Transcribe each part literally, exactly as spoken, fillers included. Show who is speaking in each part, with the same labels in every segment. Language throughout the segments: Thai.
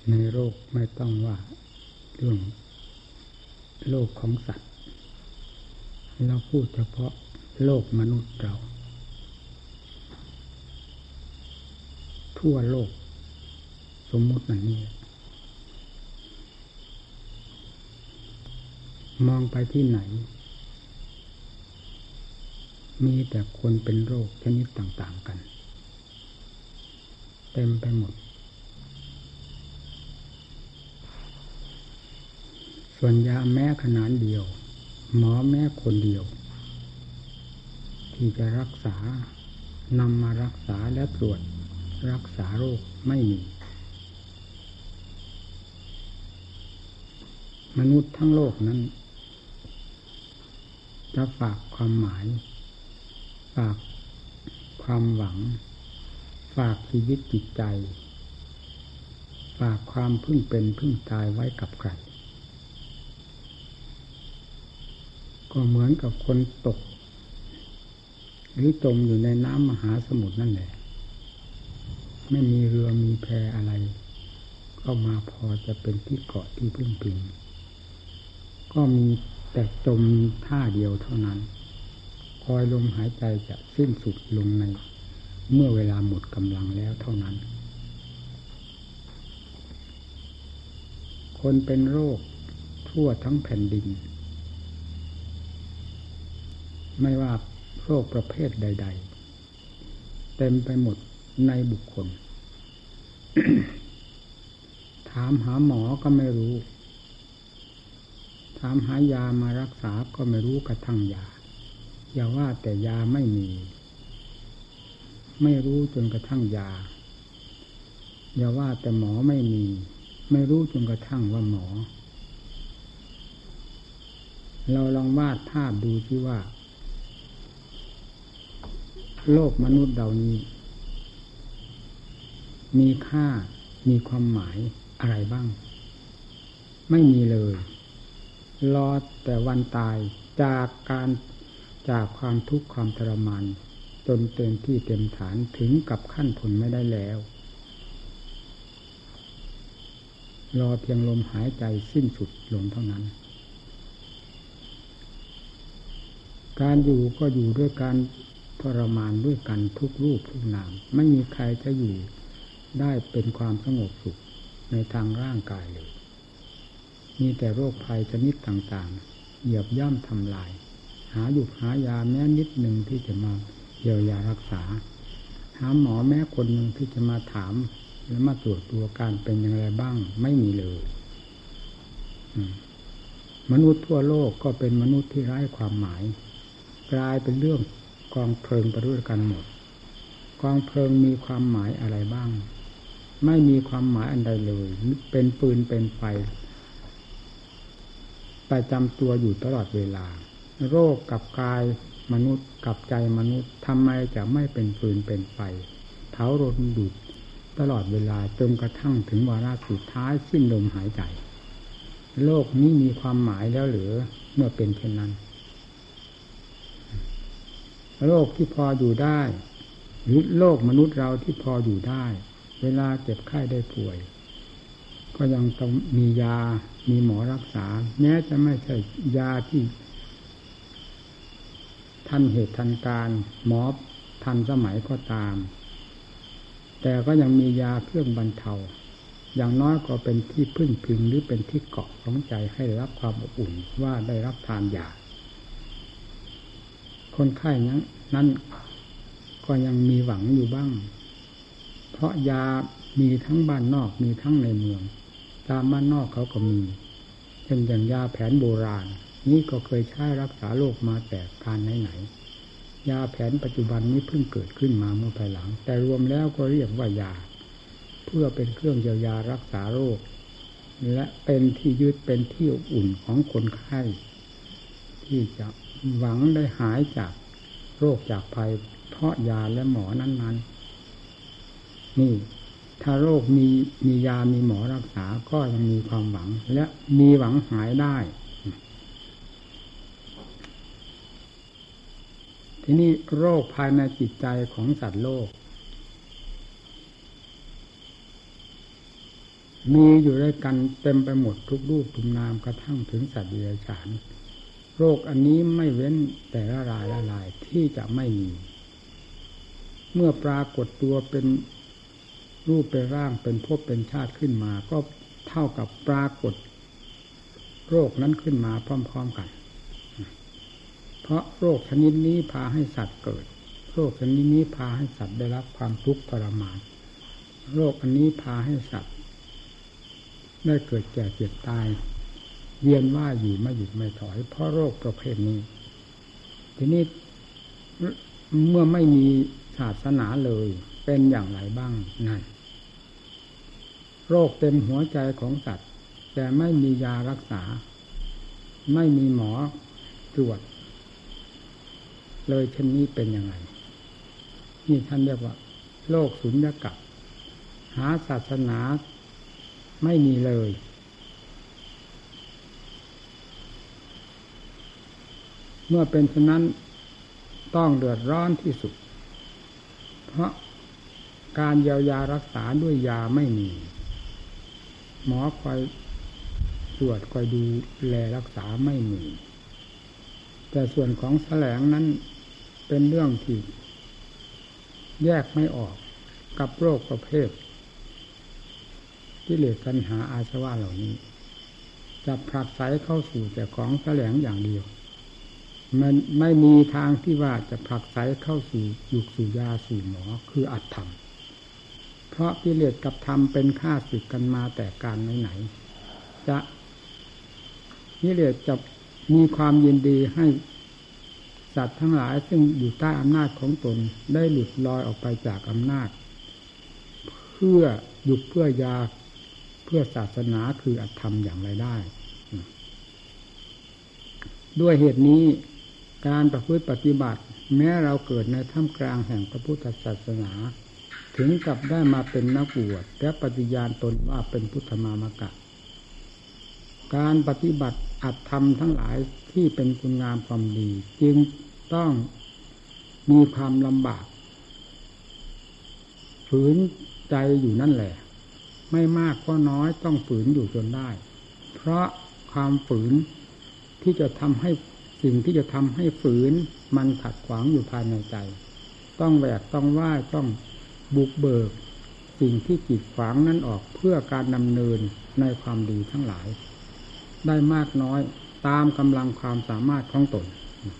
Speaker 1: ในโลกไม่ต้องว่าเรื่องโลกของสัตว์เราพูดเฉพาะโลกมนุษย์เราทั่วโลกสมมุติอย่างนี้มองไปที่ไหนมีแต่คนเป็นโรคชนิดต่างๆกันเต็มไปหมดส่วนยาแม้ขนาดเดียวหมอแม้คนเดียวที่จะรักษานำมารักษาและตรวจรักษาโรคไม่มีมนุษย์ทั้งโลกนั้นจะฝากความหมายฝากความหวังฝากชีวิตจิตใจฝากความพึ่งเป็นพึ่งตายไว้กับใครก็เหมือนกับคนตกหรือจมอยู่ในน้ำมหาสมุทรนั่นแหละไม่มีเรือมีแพอะไรก็มาพอจะเป็นที่เกาะที่พึ่งพิงก็มีแต่จมท่าเดียวเท่านั้นคอยลมหายใจจะสิ้นสุดลงในเมื่อเวลาหมดกำลังแล้วเท่านั้นคนเป็นโรคทั่วทั้งแผ่นดินไม่ว่าโรคประเภทใดๆเต็มไปหมดในบุคคล ถามหาหมอก็ไม่รู้ถามหายามารักษาก็ไม่รู้กระทั่งยาอย่าว่าแต่ยาไม่มีไม่รู้จนกระทั่งยาอย่าว่าแต่หมอไม่มีไม่รู้จนกระทั่งว่าหมอเราลองวาดภาพดูสิว่าโลกมนุษย์เหล่านี้มีค่ามีความหมายอะไรบ้างไม่มีเลยรอแต่วันตายจากการจากความทุกข์ความทรมานจนเต็มที่เต็มฐานถึงกับขั้นทนไม่ได้แล้วรอเพียงลมหายใจสิ้นสุดลงเท่านั้นการอยู่ก็อยู่ด้วยการทรมานด้วยกันทุกรูปทุกนามไม่มีใครจะอยู่ได้เป็นความสงบสุขในทางร่างกายเลยมีแต่โรคภัยชนิดต่างๆเหยียบย่ำทำลายหาอยู่หายาแม้นิดหนึ่งที่จะมาเยียวยารักษาหาหมอแม้คนหนึ่งที่จะมาถามและมาตรวจตัวการเป็นอย่างไรบ้างไม่มีเลยมนุษย์ทั่วโลกก็เป็นมนุษย์ที่ไร้ความหมายกลายเป็นเรื่องกองเพลิงไปด้วยกันหมดกองเพลิงมีความหมายอะไรบ้างไม่มีความหมายอันใดเลยเป็นปืนเป็นไฟประจำตัวอยู่ตลอดเวลาโรคกับกายมนุษย์กับใจมนุษย์ทำไมจะไม่เป็นปืนเป็นไฟเผารนดุดตลอดเวลาจนกระทั่งถึงวาระสุดท้ายสิ้นลมหายใจโลกนี้มีความหมายแล้วหรือเมื่อเป็นเช่นนั้นโลกที่พออยู่ได้หรือโลกมนุษย์เราที่พออยู่ได้เวลาเจ็บไข้ได้ป่วยก็ยังต้องมียามีหมอรักษาแม้จะไม่ใช่ยาที่ทันเหตุทันการหมอทันสมัยก็ตามแต่ก็ยังมียาเครื่องบรรเทาอย่างน้อยก็เป็นที่พึ่งพิงหรือเป็นที่เกาะของใจให้รับความอบอุ่นว่าได้รับทานยาคนไข้นั้นนั่นก็ยังมีหวังอยู่บ้างเพราะยามีทั้งบ้านนอกมีทั้งในเมืองตามบ้านนอกเขาก็มีเช่นอย่างยาแผนโบราณนี่ก็เคยใช้รักษาโรคมาแต่การไหนๆยาแผนปัจจุบันนี้เพิ่งเกิดขึ้นมาเมื่อภายหลังแต่รวมแล้วก็เรียกว่ายาเพื่อเป็นเครื่องเยียวยารักษาโรคและเป็นที่ยึดเป็นที่อบอุ่นของคนไข้ที่จะหวังได้หายจากโรคจากภัยเพราะยาและหมอนั้นๆนี่ถ้าโรคมีมียามีหมอรักษาก็ยังมีความหวังและมีหวังหายได้ทีนี้โรคภายในจิตใจของสัตว์โลกมีอยู่ด้วยกันเต็มไปหมดทุกรูปทุกนามกระทั่งถึงสัตว์เดรัจฉานโรคอันนี้ไม่เว้นแต่ละรายละรายที่จะไม่มีเมื่อปรากฏตัวเป็นรูปเป็นร่างเป็นภพเป็นชาติขึ้นมาก็เท่ากับปรากฏโรคนั้นขึ้นมาพร้อมๆกันเพราะโรคชนิดนี้พาให้สัตว์เกิดโรคชนิดนี้พาให้สัตว์ได้รับความทุกข์ทรมานโรคอันนี้พาให้สัตว์ได้เกิดแก่เจ็บตายเวียนว่ายอยู่ไม่หยุดไม่ถอยเพราะโรคประเภทนี้ทีนี้เมื่อไม่มีศาสนาเลยเป็นอย่างไรบ้างนั่นโรคเต็มหัวใจของสัตว์แต่ไม่มียารักษาไม่มีหมอตรวจเลยเช่นนี้เป็นยังไงนี่ท่านเรียกว่าโรคสุญญากาศหาศาสนาไม่มีเลยเมื่อเป็นฉะนั้นต้องเดือดร้อนที่สุดเพราะการเยียวยารักษาด้วยยาไม่มีหมอคอยตรวจคอยดูแลรักษาไม่มีแต่ส่วนของแสลงนั้นเป็นเรื่องที่แยกไม่ออกกับโรคประเภทกิเลสตัณหาอาสวะเหล่านี้จะผลักไสเข้าสู่แต่ของแสลงอย่างเดียวมันไม่มีทางที่ว่าจะผลักไสเข้าสู่ยุกสู่ยาสู่หมอคืออัตธรรมเพราะกิเลสกับธรรมเป็นข้าศึกกันมาแต่การไหนๆจะกิเลสจะมีความยินดีให้สัตว์ทั้งหลายซึ่งอยู่ใต้อำนาจของตนได้หลุดลอยออกไปจากอำนาจเพื่อหยุดเพื่อยาเพื่อศาสนาคืออัตธรรมอย่างไรได้ด้วยเหตุนี้การประพฤติปฏิบัติแม้เราเกิดในท่ามกลางแห่งพระพุทธศาสนาถึงกับได้มาเป็นนักบวชและปฏิญาณตนว่าเป็นพุทธมามกะการปฏิบัติอัตธรรมทั้งหลายที่เป็นคุณงามความดีจึงต้องมีความลำบากฝืนใจอยู่นั่นแหละไม่มากก็น้อยต้องฝืนอยู่จนได้เพราะความฝืนที่จะทำให้สิ่งที่จะทำให้ฝืนมันขัดขวางอยู่ภายในใจต้องแหวกต้องว่ายต้องบุกเบิกสิ่งที่กีดขวางนั้นออกเพื่อการดำเนินในความดีทั้งหลายได้มากน้อยตามกำลังความสามารถของตน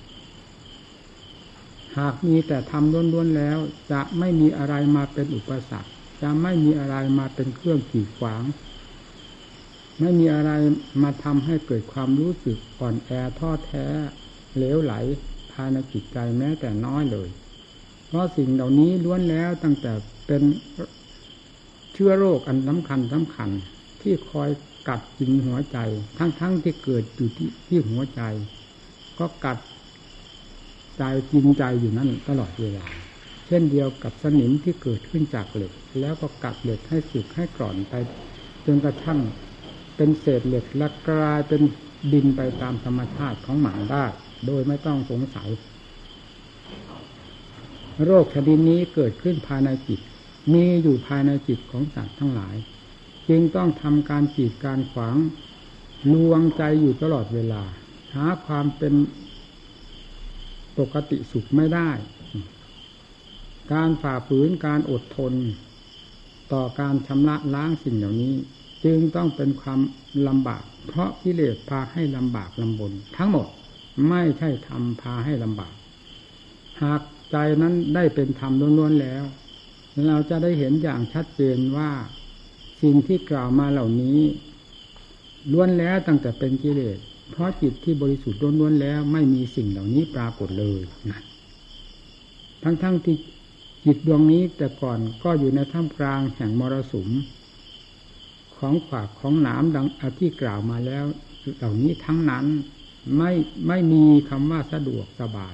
Speaker 1: หากมีแต่ทำล้วนๆแล้วจะไม่มีอะไรมาเป็นอุปสรรคจะไม่มีอะไรมาเป็นเครื่องกีดขวางไม่มีอะไรมาทำให้เกิดความรู้สึกอ่อนแอท้อแท้เหลวไหลภายในจิตใจแม้แต่น้อยเลยเพราะสิ่งเหล่านี้ล้วนแล้วตั้งแต่เป็นเชื้อโรคอันสำคัญสำคัญที่คอยกัดกินหัวใจทั้งๆ ท, ที่เกิดอยู่ที่ที่หัวใจก็กัดใจกินใจอยู่นั่นตลอดเวลาเช่นเดียวกับสนิมที่เกิดขึ้นจากเหล็กแล้วก็กัดเหล็กให้สึกให้กร่อนไปจนกระทั่งเป็นเศษเหล็กและกลายเป็นดินไปตามธรรมชาติของหมาได้โดยไม่ต้องสงสัยโรคชนิดนี้เกิดขึ้นภายในจิตมีอยู่ภายในจิตของสัตว์ทั้งหลายจึงต้องทำการกีดการขวางลวงใจอยู่ตลอดเวลาหาความเป็นปกติสุขไม่ได้การฝ่าฝืนการอดทนต่อการชำระล้างสิ่งเหล่านี้จึงต้องเป็นความลำบากเพราะกิเลสพาให้ลำบากลำบนทั้งหมดไม่ใช่ธรรมพาให้ลำบากหากใจนั้นได้เป็นธรรมล้วนๆแล้วเราจะได้เห็นอย่างชัดเจนว่าสิ่งที่กล่าวมาเหล่านี้ล้วนแล้วตั้งแต่เป็นกิเลสเพราะจิตที่บริสุทธิ์ล้วนๆแล้วไม่มีสิ่งเหล่านี้ปรากฏเลยนะทั้งๆที่จิตดวงนี้แต่ก่อนก็อยู่ในท่ามกลางแห่งมรสุมของขวากของหนามดังที่กล่าวมาแล้วเหล่านี้ทั้งนั้นไม่ไม่มีคำว่าสะดวกสบาย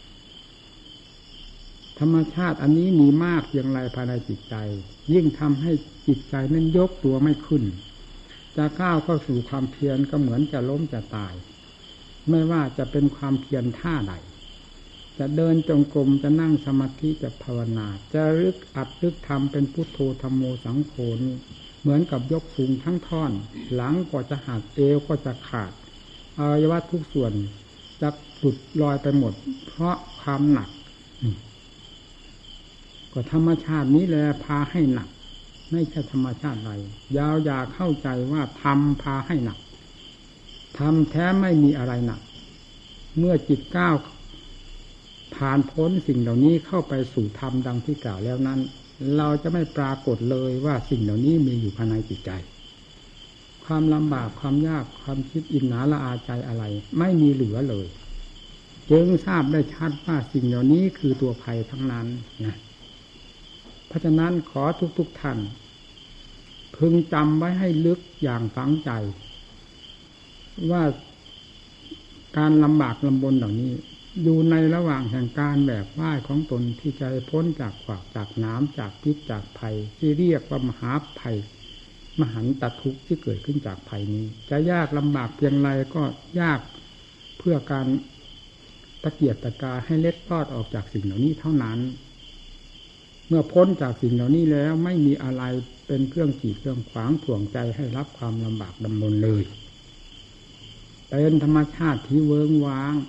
Speaker 1: ธรรมชาติอันนี้มีมากเพียงไรภายในจิตใจยิ่งทำให้จิตใจนั้นยกตัวไม่ขึ้นจะก้าวเข้าสู่ความเพียรก็เหมือนจะล้มจะตายไม่ว่าจะเป็นความเพียรท่าใดจะเดินจงกรมจะนั่งสมาธิจะภาวนาจะรึกอัดรึกทำเป็นพุทโธธัมโมสังโฆนี่เหมือนกับยกสูงทั้งท่อนหลังก็จะหักเอวก็จะขาดอวัยวะทุกส่วนจะหลุดลอยไปหมดเพราะความหนักก็ธรรมชาตินี้แหละพาให้หนักไม่ใช่ธรรมชาติใดยาวอย่าเข้าใจว่าธรรมพาให้หนักธรรมแท้ไม่มีอะไรหนักเมื่อจิตก้าวผ่านพ้นสิ่งเหล่านี้เข้าไปสู่ธรรมดังที่กล่าวแล้วนั้นเราจะไม่ปรากฏเลยว่าสิ่งเหล่านี้มีอยู่ภายในจิตใจความลำบากความยากความคิดอิจฉาละอาใจอะไรไม่มีเหลือเลยจึงทราบได้ชัดว่าสิ่งเหล่านี้คือตัวภัยทั้งนั้นนะเพราะฉะนั้นขอทุกๆท่านพึงจำไว้ให้ลึกอย่างฝังใจว่าการลำบากลำบนเหล่านี้อยู่ในระหว่างแห่งการแบกว่ายของตนที่จะพ้นจากขวากจากน้ำจากพิษจากภัยที่เรียกว่ามหาภัยมหันตทุกข์ที่เกิดขึ้นจากภัยนี้จะยากลำบากเพียงไรก็ยากเพื่อการตะเกียกตะกายให้เล็ดลอดออกจากสิ่งเหล่านี้เท่านั้นเมื่อพ้นจากสิ่งเหล่านี้แล้วไม่มีอะไรเป็นเครื่องกีดเครื่องขวางถ่วงใจให้รับความลำบากลำบนเลยเป็นธรรมชาติที่เวิ้งว้าง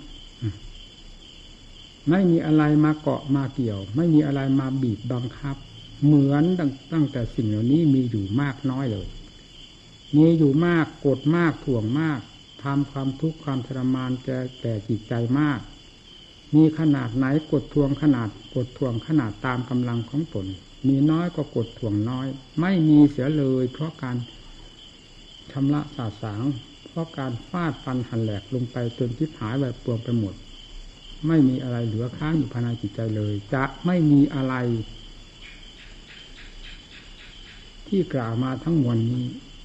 Speaker 1: ไม่มีอะไรมาเกาะมาเกี่ยวไม่มีอะไรมาบีบบังคับเหมือนตั้งแต่สิ่งเหล่านี้มีอยู่มากน้อยเลยมีอยู่มากกดมากถ่วงมากทำความทุกข์ความทรมานแก่แก่จิตใจมากมีขนาดไหนกดทวงขนาดกดทวงขนาดตามกำลังของตนมีน้อยก็กดทวงน้อยไม่มีเสียเลยเพราะการชำระสาสางเพราะการฟาดฟันหันแหลกลงไปจนทิพหายแบบปวงไปหมดไม่มีอะไรเหลือค้างอยู่ภายในจิตใจเลยจะไม่มีอะไรที่กล่าวมาทั้งมวลนี้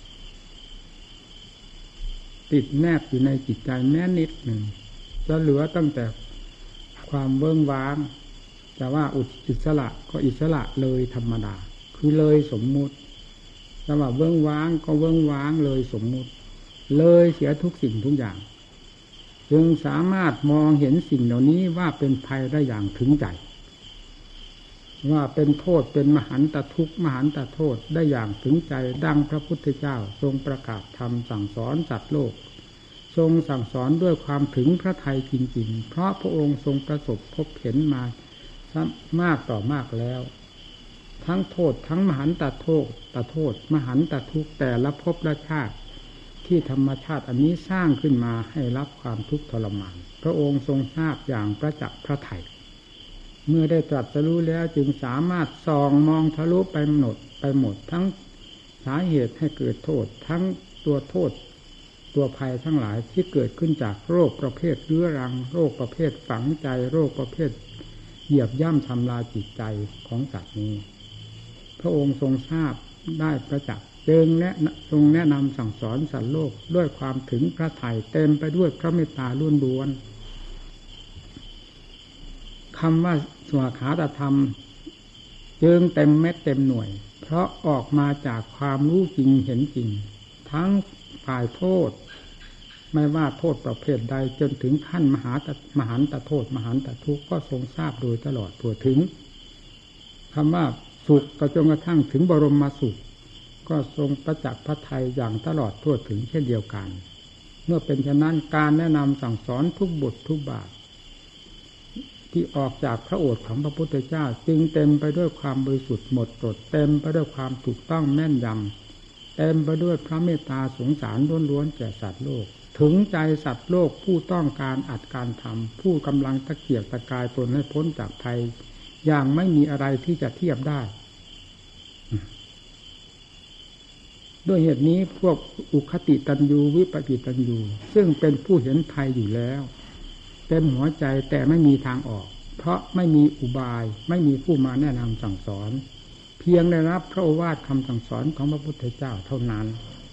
Speaker 1: ติดแนบอยู่ในจิตใจแม้นิดหนึ่งจะเหลือตั้งแต่ความเวิ้งว้างจะว่าอิสระก็อิสระเลยธรรมดาคือเลยสมมุติจะว่าเวิ้งว้างก็เวิ้งว้างเลยสมมุติเลยเสียทุกสิ่งทุกอย่างจึงสามารถมองเห็นสิ่งเหล่านี้ว่าเป็นภัยได้อย่างถึงใจว่าเป็นโทษเป็นมหันตทุกข์มหันตโทษได้อย่างถึงใจดังพระพุทธเจ้าทรงประกาศธรรมสั่งสอนสัตว์โลกทรงสั่งสอนด้วยความถึงพระทัยจริงๆเพราะพระองค์ทรงประสบพบเห็นมามากต่อมากแล้วทั้งโทษทั้งมหันตโทษตโทษมหันตทุกข์แต่ละภพละชาติที่ธรรมชาติอันนี้สร้างขึ้นมาให้รับความทุกข์ทรมานพระองค์ทรงทราบอย่างประจักษ์พระทัยเมื่อได้ตรัสรู้แล้วจึงสามารถส่องมองทะลุไปหมดไปหมดทั้งสาเหตุให้เกิดโทษทั้งตัวโทษตัวภัยทั้งหลายที่เกิดขึ้นจากโรคประเภทเรื้อรังโรคประเภทฝังใจโรคประเภทเหยียบย่ำทำลายจิตใจของสัตว์นี้พระองค์ทรงทราบได้ประจักษ์จึงแนะทรงแนะนำสั่งสอนสัตว์โลกด้วยความถึงพระทัยเต็มไปด้วยพระเมตตาล้วนๆคำว่าสวขาตธรรมจึงเต็มเม็ดเต็มหน่วยเพราะออกมาจากความรู้จริงเห็นจริงทั้งฝ่ายโทษไม่ว่าโทษประเภทใดจนถึงขั้นมหามหันตโทษมหันตทุกข์ก็ทรงทราบโดยตลอดทั่วถึงคำว่าสุขก็จนกระทั่งถึงบรมสุขก็ทรงประจักษ์พระทัยอย่างตลอดทั่วถึงเช่นเดียวกันเมื่อเป็นฉะนั้นการแนะนำสั่งสอนทุกบททุกบาทที่ออกจากพระโอษฐ์ของพระพุทธเจ้าจึงเต็มไปด้วยความบริสุทธิ์หมดจดเต็มไปด้วยความถูกต้องแม่นยำเต็มไปด้วยพระเมตตาสงสารล้วนๆแก่สัตว์โลกถึงใจสัตว์โลกผู้ต้องการอัดการทำผู้กำลังตะเกียกตะกายตนให้พ้นจากภัยอย่างไม่มีอะไรที่จะเทียบได้ด้วยเหตุนี้พวกอุคติตันยูวิปปิตันยูซึ่งเป็นผู้เห็นภัยอยู่แล้วเต็มหัวใจแต่ไม่มีทางออกเพราะไม่มีอุบายไม่มีผู้มาแนะนำสั่งสอนเพียงได้รับพระโอวาทคำสั่งสอนของพระพุทธเจ้าเท่านั้น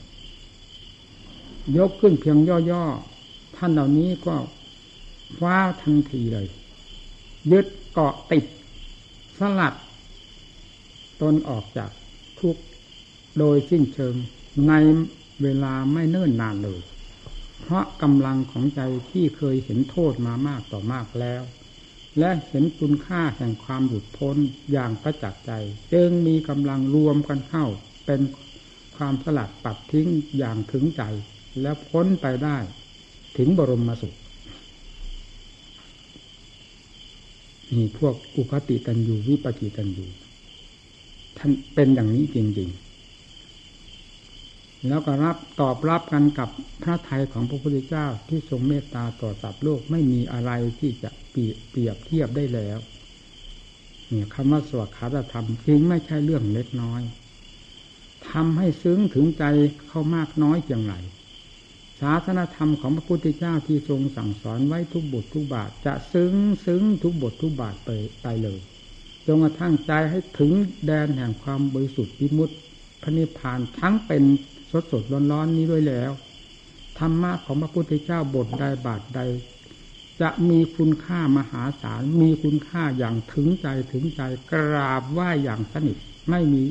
Speaker 1: ยกขึ้นเพียงย่อๆท่านเหล่านี้ก็ว้าทันทีเลยยึดเกาะติดสลัดตนออกจากทุกข์โดยสิ้นเชิงในเวลาไม่เนิ่นนานเลยเพราะกำลังของใจที่เคยเห็นโทษมามากต่อมากแล้วและเห็นคุณค่าแห่งความหลุดพ้นอย่างประจักษ์ใจจึงมีกำลังรวมกันเข้าเป็นความสลัดปัดทิ้งอย่างถึงใจแล้วพ้นไปได้ถึงบรมสุขนี่พวกอุปติตันยูวิปกิตันยูท่านเป็นอย่างนี้จริงๆแล้วก็รับตอบรับกันกับพระทัยของพระพุทธเจ้าที่ทรงเมตตาต่อสัตว์โลกไม่มีอะไรที่จะเปรียบเทียบได้แล้วเนี่ยคำว่าสวขาตธรรมจริงไม่ใช่เรื่องเล็กน้อยทำให้ซึ้งถึงใจเข้ามากน้อยเพียงไรศาสนธรรมของพระพุทธเจ้าที่ทรงสั่งสอนไว้ทุกบททุกบาทจะซึ้งซึ้งทุกบททุกบาทไปไปเลยจนกระทั่งใจให้ถึงแดนแห่งความบริสุทธิ์วิมุตติพระนิพพานทั้งเป็นสดสดร้อนๆนี้ด้วยแล้วธรรมะของพระพุทธเจ้าบทใดบาทใดจะมีคุณค่ามหาศาลมีคุณค่าอย่างถึงใจถึงใจกราบไหว้อย่างสนิทไม่มี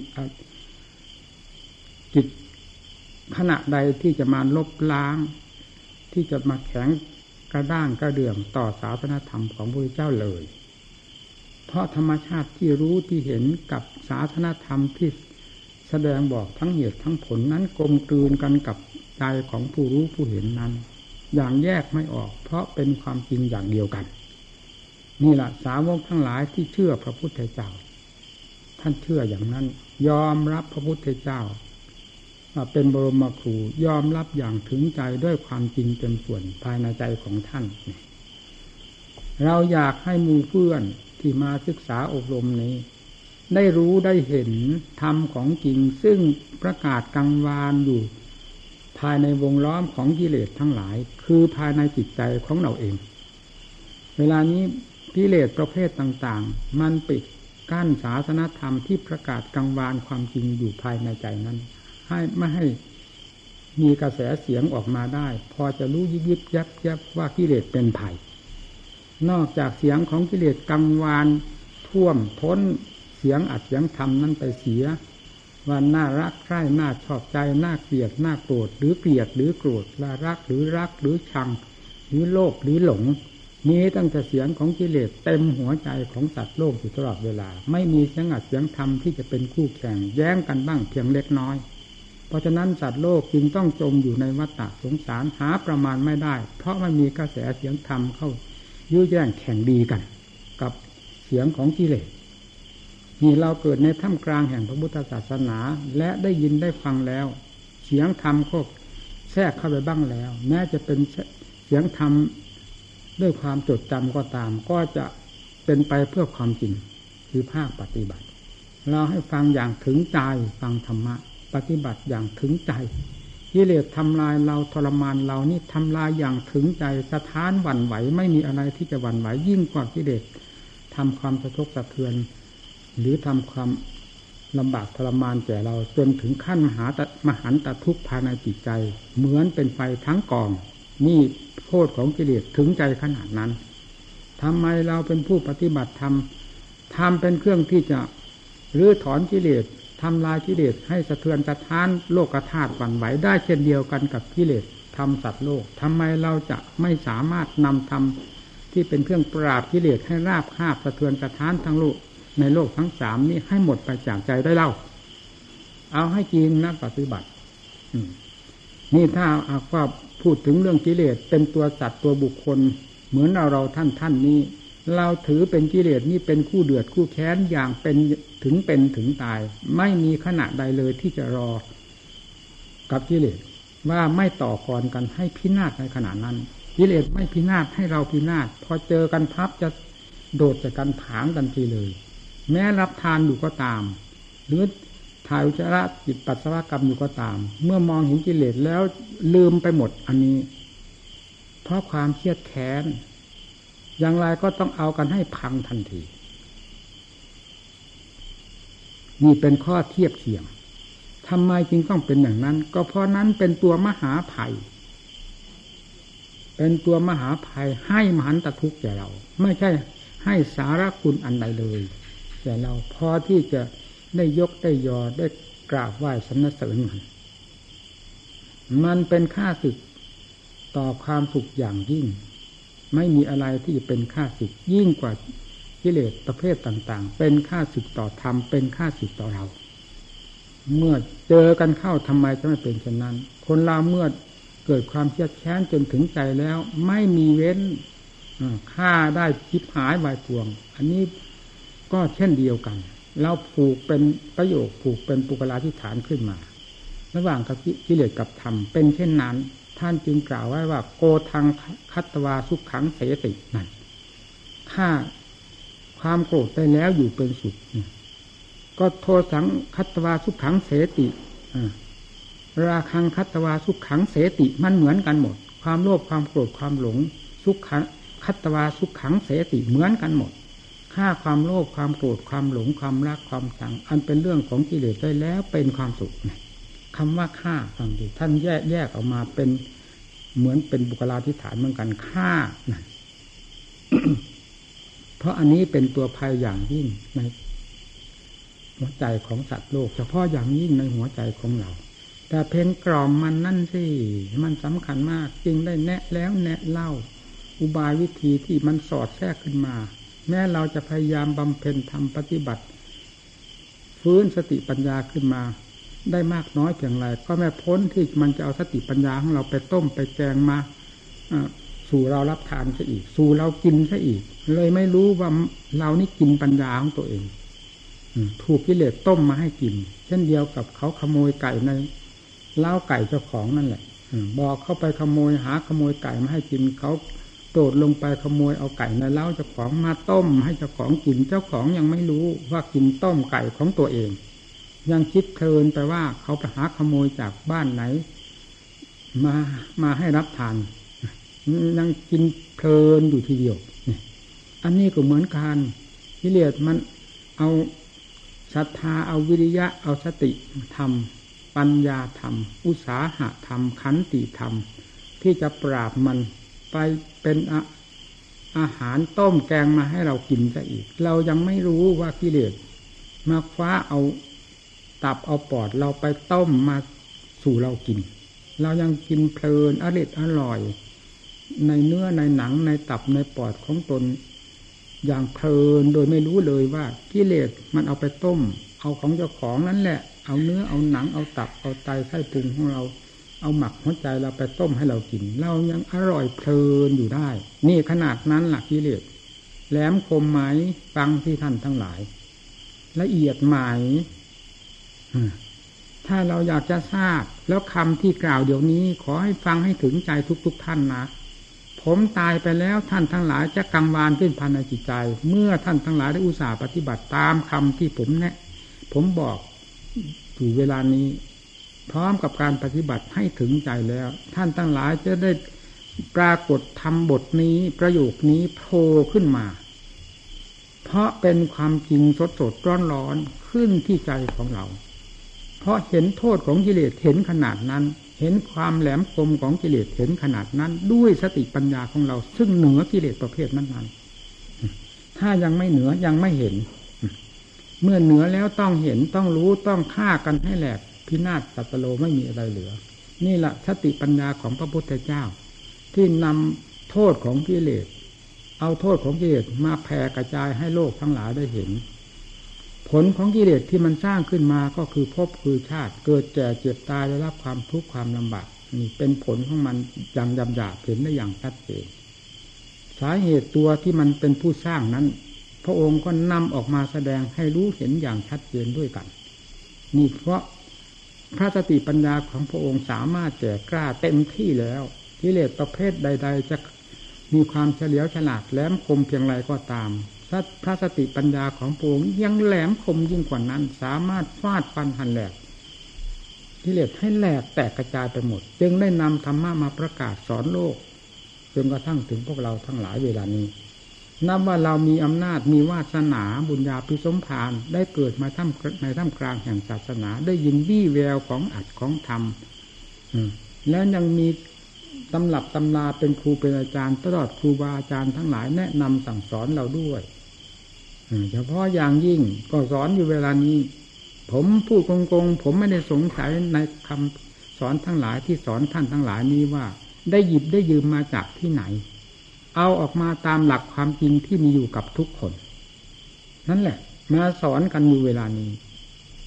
Speaker 1: จิตขณะใดที่จะมาลบล้างที่จะมาแข็งกระด้างกระเดื่องต่อศาสนธรรมของพระพุทธเจ้าเลยเพราะธรรมชาติที่รู้ที่เห็นกับศาสนธรรมที่แสดงบอกทั้งเหตุทั้งผลนั้นกลมกลืนกันกับใจของผู้รู้ผู้เห็นนั้นอย่างแยกไม่ออกเพราะเป็นความจริงอย่างเดียวกันนี่แหละสาวกทั้งหลายที่เชื่อพระพุทธเจ้าท่านเชื่ออย่างนั้นยอมรับพระพุทธเจ้าเป็นบรมครูยอมรับอย่างถึงใจด้วยความจริงเต็มส่วนภายในใจของท่านเราอยากให้หมู่เพื่อนที่มาศึกษาอบรมนี้ได้รู้ได้เห็นธรรมของจริงซึ่งประกาศกังวานอยู่ภายในวงล้อมของกิเลสทั้งหลายคือภายในจิตใจของเราเองเวลานี้กิเลสประเภทต่างๆมันปิดกั้นศาสนธรรมที่ประกาศกังวานความจริงอยู่ภายในใจนั้นให้ไม่ให้มีกระแสเสียงออกมาได้พอจะรู้ยิบยิบยับยับว่ากิเลสเป็นภัยนอกจากเสียงของกิเลสกังวานท่วมท้นเสียงอัดเสียงธรรมนั้นไปเสียว่าน่ารักใคร่น่าชอบใจน่าเกลียดน่าโกรธหรือเกลียดหรือโกรธละรักหรือรักหรือชังหรือโลภหรือหลงมีตั้งแต่เสียงของกิเลสเต็มหัวใจของสัตว์โลกอยู่ตลอดเวลาไม่มีเสียงอัดเสียงธรรมที่จะเป็นคู่แข่งแย้งกันบ้างเพียงเล็กน้อยเพราะฉะนั้นสัตว์โลกจึงต้องจมอยู่ในวัฏฏะสงสารหาประมาณไม่ได้เพราะไม่มีกระแสเสียงธรรมเข้ายื้อแย่งแข่งดีกันกับเสียงของกิเลสนี่เราเกิดในท่ามกลางแห่งพระพุทธศาสนาและได้ยินได้ฟังแล้วเสียงธรรมก็แทรกเข้าไปบ้างแล้วแม้จะเป็นเสียงธรรมด้วยความจดจำก็ตามก็จะเป็นไปเพื่อความจริงคือภาคปฏิบัติเราให้ฟังอย่างถึงใจฟังธรรมะปฏิบัติอย่างถึงใจกิเลสทำลายเราทรมานเรานี่ทำลายอย่างถึงใจสะท้านหวั่นไหวไม่มีอะไรที่จะหวั่นไหวยิ่งกว่ากิเลสทำความสะทกสะเทือนหรือทำความลำบากทรมานแก่เราจนถึงขั้นมหามหันตทุกข์ภายในจิตใจเหมือนเป็นไฟทั้งกองนี่โทษของกิเลสถึงใจขนาดนั้นทำไมเราเป็นผู้ปฏิบัติธรรมทำเป็นเครื่องที่จะรื้อถอนกิเลสทำลายกิเลสให้สะเทือนสะท้านโลกธาตุหวั่นไหวได้เช่นเดียวกันกับกิเลสทำสัตว์โลกทำไมเราจะไม่สามารถนำธรรมที่เป็นเครื่องปราบกิเลสให้ราบคาบสะเทือนสะท้านทั้งโลกในโลกทั้งสามนี้ให้หมดไปจากใจได้เล่าเอาให้จริงนักปฏิบัตินี่ถ้าหากว่าพูดถึงเรื่องกิเลสเป็นตัวสัตว์ตัวบุคคลเหมือนเราเราท่านท่านนี้เราถือเป็นกิเลสนี่เป็นคู่เดือดคู่แค้นอย่างเป็นถึงเป็นถึงตายไม่มีขณะใดเลยที่จะรอกับกิเลสว่าไม่ต่อกรกันให้พินาศในขณะนั้นกิเลสไม่พินาศให้เราพินาศพอเจอกันพับจะโดดจากกันผางกันทีเลยแม้รับทานอยู่ก็ตามหรือถ่ายอุจจาระจิตปัสสาวะกรรมอยู่ก็ตามเมื่อมองเห็นกิเลสแล้วลืมไปหมดอันนี้เพราะความเครียดแค้นอย่างไรก็ต้องเอากันให้พังทันทีนี่เป็นข้อเทียบเคียงทำไมจึงต้องเป็นอย่างนั้นก็เพราะนั้นเป็นตัวมหาภัยเป็นตัวมหาภัยให้มหันตทุกข์แก่เราไม่ใช่ให้สาระคุณอันใดเลยแต่เราพอที่จะได้ยกได้ยอได้กราบไหว้สรรเสริญมันมันเป็นค่าศึกต่อความสุขอย่างยิ่งไม่มีอะไรที่จะเป็นค่าศึกยิ่งกว่ากิเลสประเภทต่างๆเป็นค่าศึกต่อธรรมเป็นค่าศึกต่อเราเมื่อเจอกันเข้าทำไมจะไม่เป็นเช่นนั้นคนเราเมื่อเกิดความเครียดแค้นจนถึงใจแล้วไม่มีเว้นฆ่าได้ชิบหายวายป่วงอันนี้ก็เช่นเดียวกันเราผูกเป็นประโยคผูกเป็นปุกลาธิฐานขึ้นมาระหว่างกิเลสกับธรรมเป็นเช่นนั้นท่านจึงกล่าวไว้ว่าโกทังคัตตวาสุขขังเสตินั่นฆ่าความโกรธได้แล้วอยู่เป็นสุขก็โทสังคัตตวาสุขขังเสติราคังคัตตวาสุขขังเสติมันเหมือนกันหมดความโลภความโกรธความหลงสุขขังคัตตวาสุขขังเสติเหมือนกันหมดฆ่าความโลภความโกรธความหลงความรักความชังอันเป็นเรื่องของกิเลสได้แล้วเป็นความสุขคำว่าฆ่าฟังดีท่านแยกแยกออกมาเป็นเหมือนเป็นบุคลาธิฐานเหมือนกันฆ่า เพราะอันนี้เป็นตัวภัยอย่างยิ่งในหัวใจของสัตว์โลกเฉพาะอย่างยิ่งในหัวใจของเราแต่เพลงกล่อมมันนั่นสิมันสำคัญมากจึงได้แนะแล้วแนะเล่าอุบายวิธีที่มันสอดแทรกขึ้นมาแม้เราจะพยายามบำเพ็ญทำปฏิบัติฟื้นสติปัญญาขึ้นมาได้มากน้อยเพียงไรก็ไม่พ้นที่มันจะเอาสติปัญญาของเราไปต้มไปแกงมาสู่เรารับทานซะอีกสู่เรากินซะอีกเลยไม่รู้ว่าเรานี่กินปัญญาของตัวเองถูกกิเลสต้มมาให้กินเช่นเดียวกับเขาขโมยไก่ในเล้าไก่เจ้าของนั่นแหละบอกเข้าไปขโมยหาขโมยไก่มาให้กินเขาโดดลงไปขโมยเอาไก่ในเล้าเจ้าของมาต้มให้เจ้าของกินเจ้าของยังไม่รู้ว่ากินต้มไก่ของตัวเองยังคิดเพลินไปว่าเขาไปหาขโมยจากบ้านไหนมามาให้รับทานยังกินเพลินอยู่ทีเดียวอันนี้ก็เหมือนกันกิเลสมันเอาศรัทธาเอาวิริยะเอาสติธรรมปัญญาธรรมอุตสาหะธรรมขันติธรรมที่จะปราบมันไปเป็นอาอาหารต้มแกงมาให้เรากินซะอีกเรายังไม่รู้ว่ากิเลสมาคว้าเอาตับเอาปอดเราไปต้มมาสู่เรากินเรายังกินเพลินอร่อยอร่อยในเนื้อในหนังในตับในปอดของตนอย่างเพลินโดยไม่รู้เลยว่ากิเลสมันเอาไปต้มเอาของเจ้าของนั่นแหละเอาเนื้อเอาหนังเอาตับเอาไตไส้พุงของเราเอาหมักหัวใจเราไปต้มให้เรากินเรายังอร่อยเพลินอยู่ได้นี่ขนาดนั้นล่ะกิเลสแหลมคมไหมฟังที่ท่านทั้งหลายละเอียดไหมถ้าเราอยากจะทราบแล้วคำที่กล่าวเดี๋ยวนี้ขอให้ฟังให้ถึงใจทุกๆท่านนะผมตายไปแล้วท่านทั้งหลายจะกังวานขึ้นภายในจิตใจเมื่อท่านทั้งหลายได้อุตส่าห์ปฏิบัติตามคำที่ผมแนะผมบอกอยู่เวลานี้พร้อมกับการปฏิบัติให้ถึงใจแล้วท่านทั้งหลายจะได้ปรากฏธรรมบทนี้ประโยคนี้โผล่ขึ้นมาเพราะเป็นความจริงสดๆร้อนๆขึ้นที่ใจของเราเพราะเห็นโทษของกิเลสเห็นขนาดนั้นเห็นความแหลมคมของกิเลสเห็นขนาดนั้นด้วยสติปัญญาของเราซึ่งเหนือกิเลสประเภทนั้นๆถ้ายังไม่เหนือยังไม่เห็นเมื่อเหนือแล้วต้องเห็นต้องรู้ต้องฆ่ากันให้แหลกพินาศสัตโลไม่มีอะไรเหลือนี่แหละสติปัญญาของพระพุทธเจ้าที่นำโทษของกิเลสเอาโทษของกิเลสมาแผ่กระจายให้โลกทั้งหลายได้เห็นผลของกิเลสที่มันสร้างขึ้นมาก็คือภพคือชาติเกิดแก่เจ็บตายได้รับความทุกข์ความลำบากนี่เป็นผลของมันอย่างหยาบๆเห็นได้อย่างชัดเจนสาเหตุตัวที่มันเป็นผู้สร้างนั้นพระองค์ก็นำออกมาแสดงให้รู้เห็นอย่างชัดเจนด้วยกันนี่เพราะพระสติปัญญาของพระองค์สามารถแก่กล้าเต็มที่แล้วกิเลสประเภทใดๆจะมีความเฉลียวฉลาดแหลมคมเพียงไรก็ตามพระสติปัญญาของพระองค์ยังแหลมคมยิ่งกว่านั้นสามารถฟาดฟันหันแหลกกิเลสให้แหลกแตกกระจายไปหมดจึงได้นำธรรมะมาประกาศสอนโลกจนกระทั่งถึงพวกเราทั้งหลายเวลานี้นับว่าเรามีอำนาจมีวาสนาบุญญาภิสมภารได้เกิดมาท่ามในท่ามกลางแห่งศาสนาได้ยินวี่แววของอัดของธรรมแล้วยังมีตำรับตำราเป็นครูเป็นอาจารย์ตลอดครูบาอาจารย์ทั้งหลายแนะนำสั่งสอนเราด้วยเฉพาะอย่างยิ่งก็สอนอยู่เวลานี้ผมพูดโกงๆผมไม่ได้สงสัยในคำสอนทั้งหลายที่สอนท่านทั้งหลายนี้ว่าได้หยิบได้ยืมมาจากที่ไหนเอาออกมาตามหลักความจริงที่มีอยู่กับทุกคนนั่นแหละมาสอนกันอยู่เวลานี้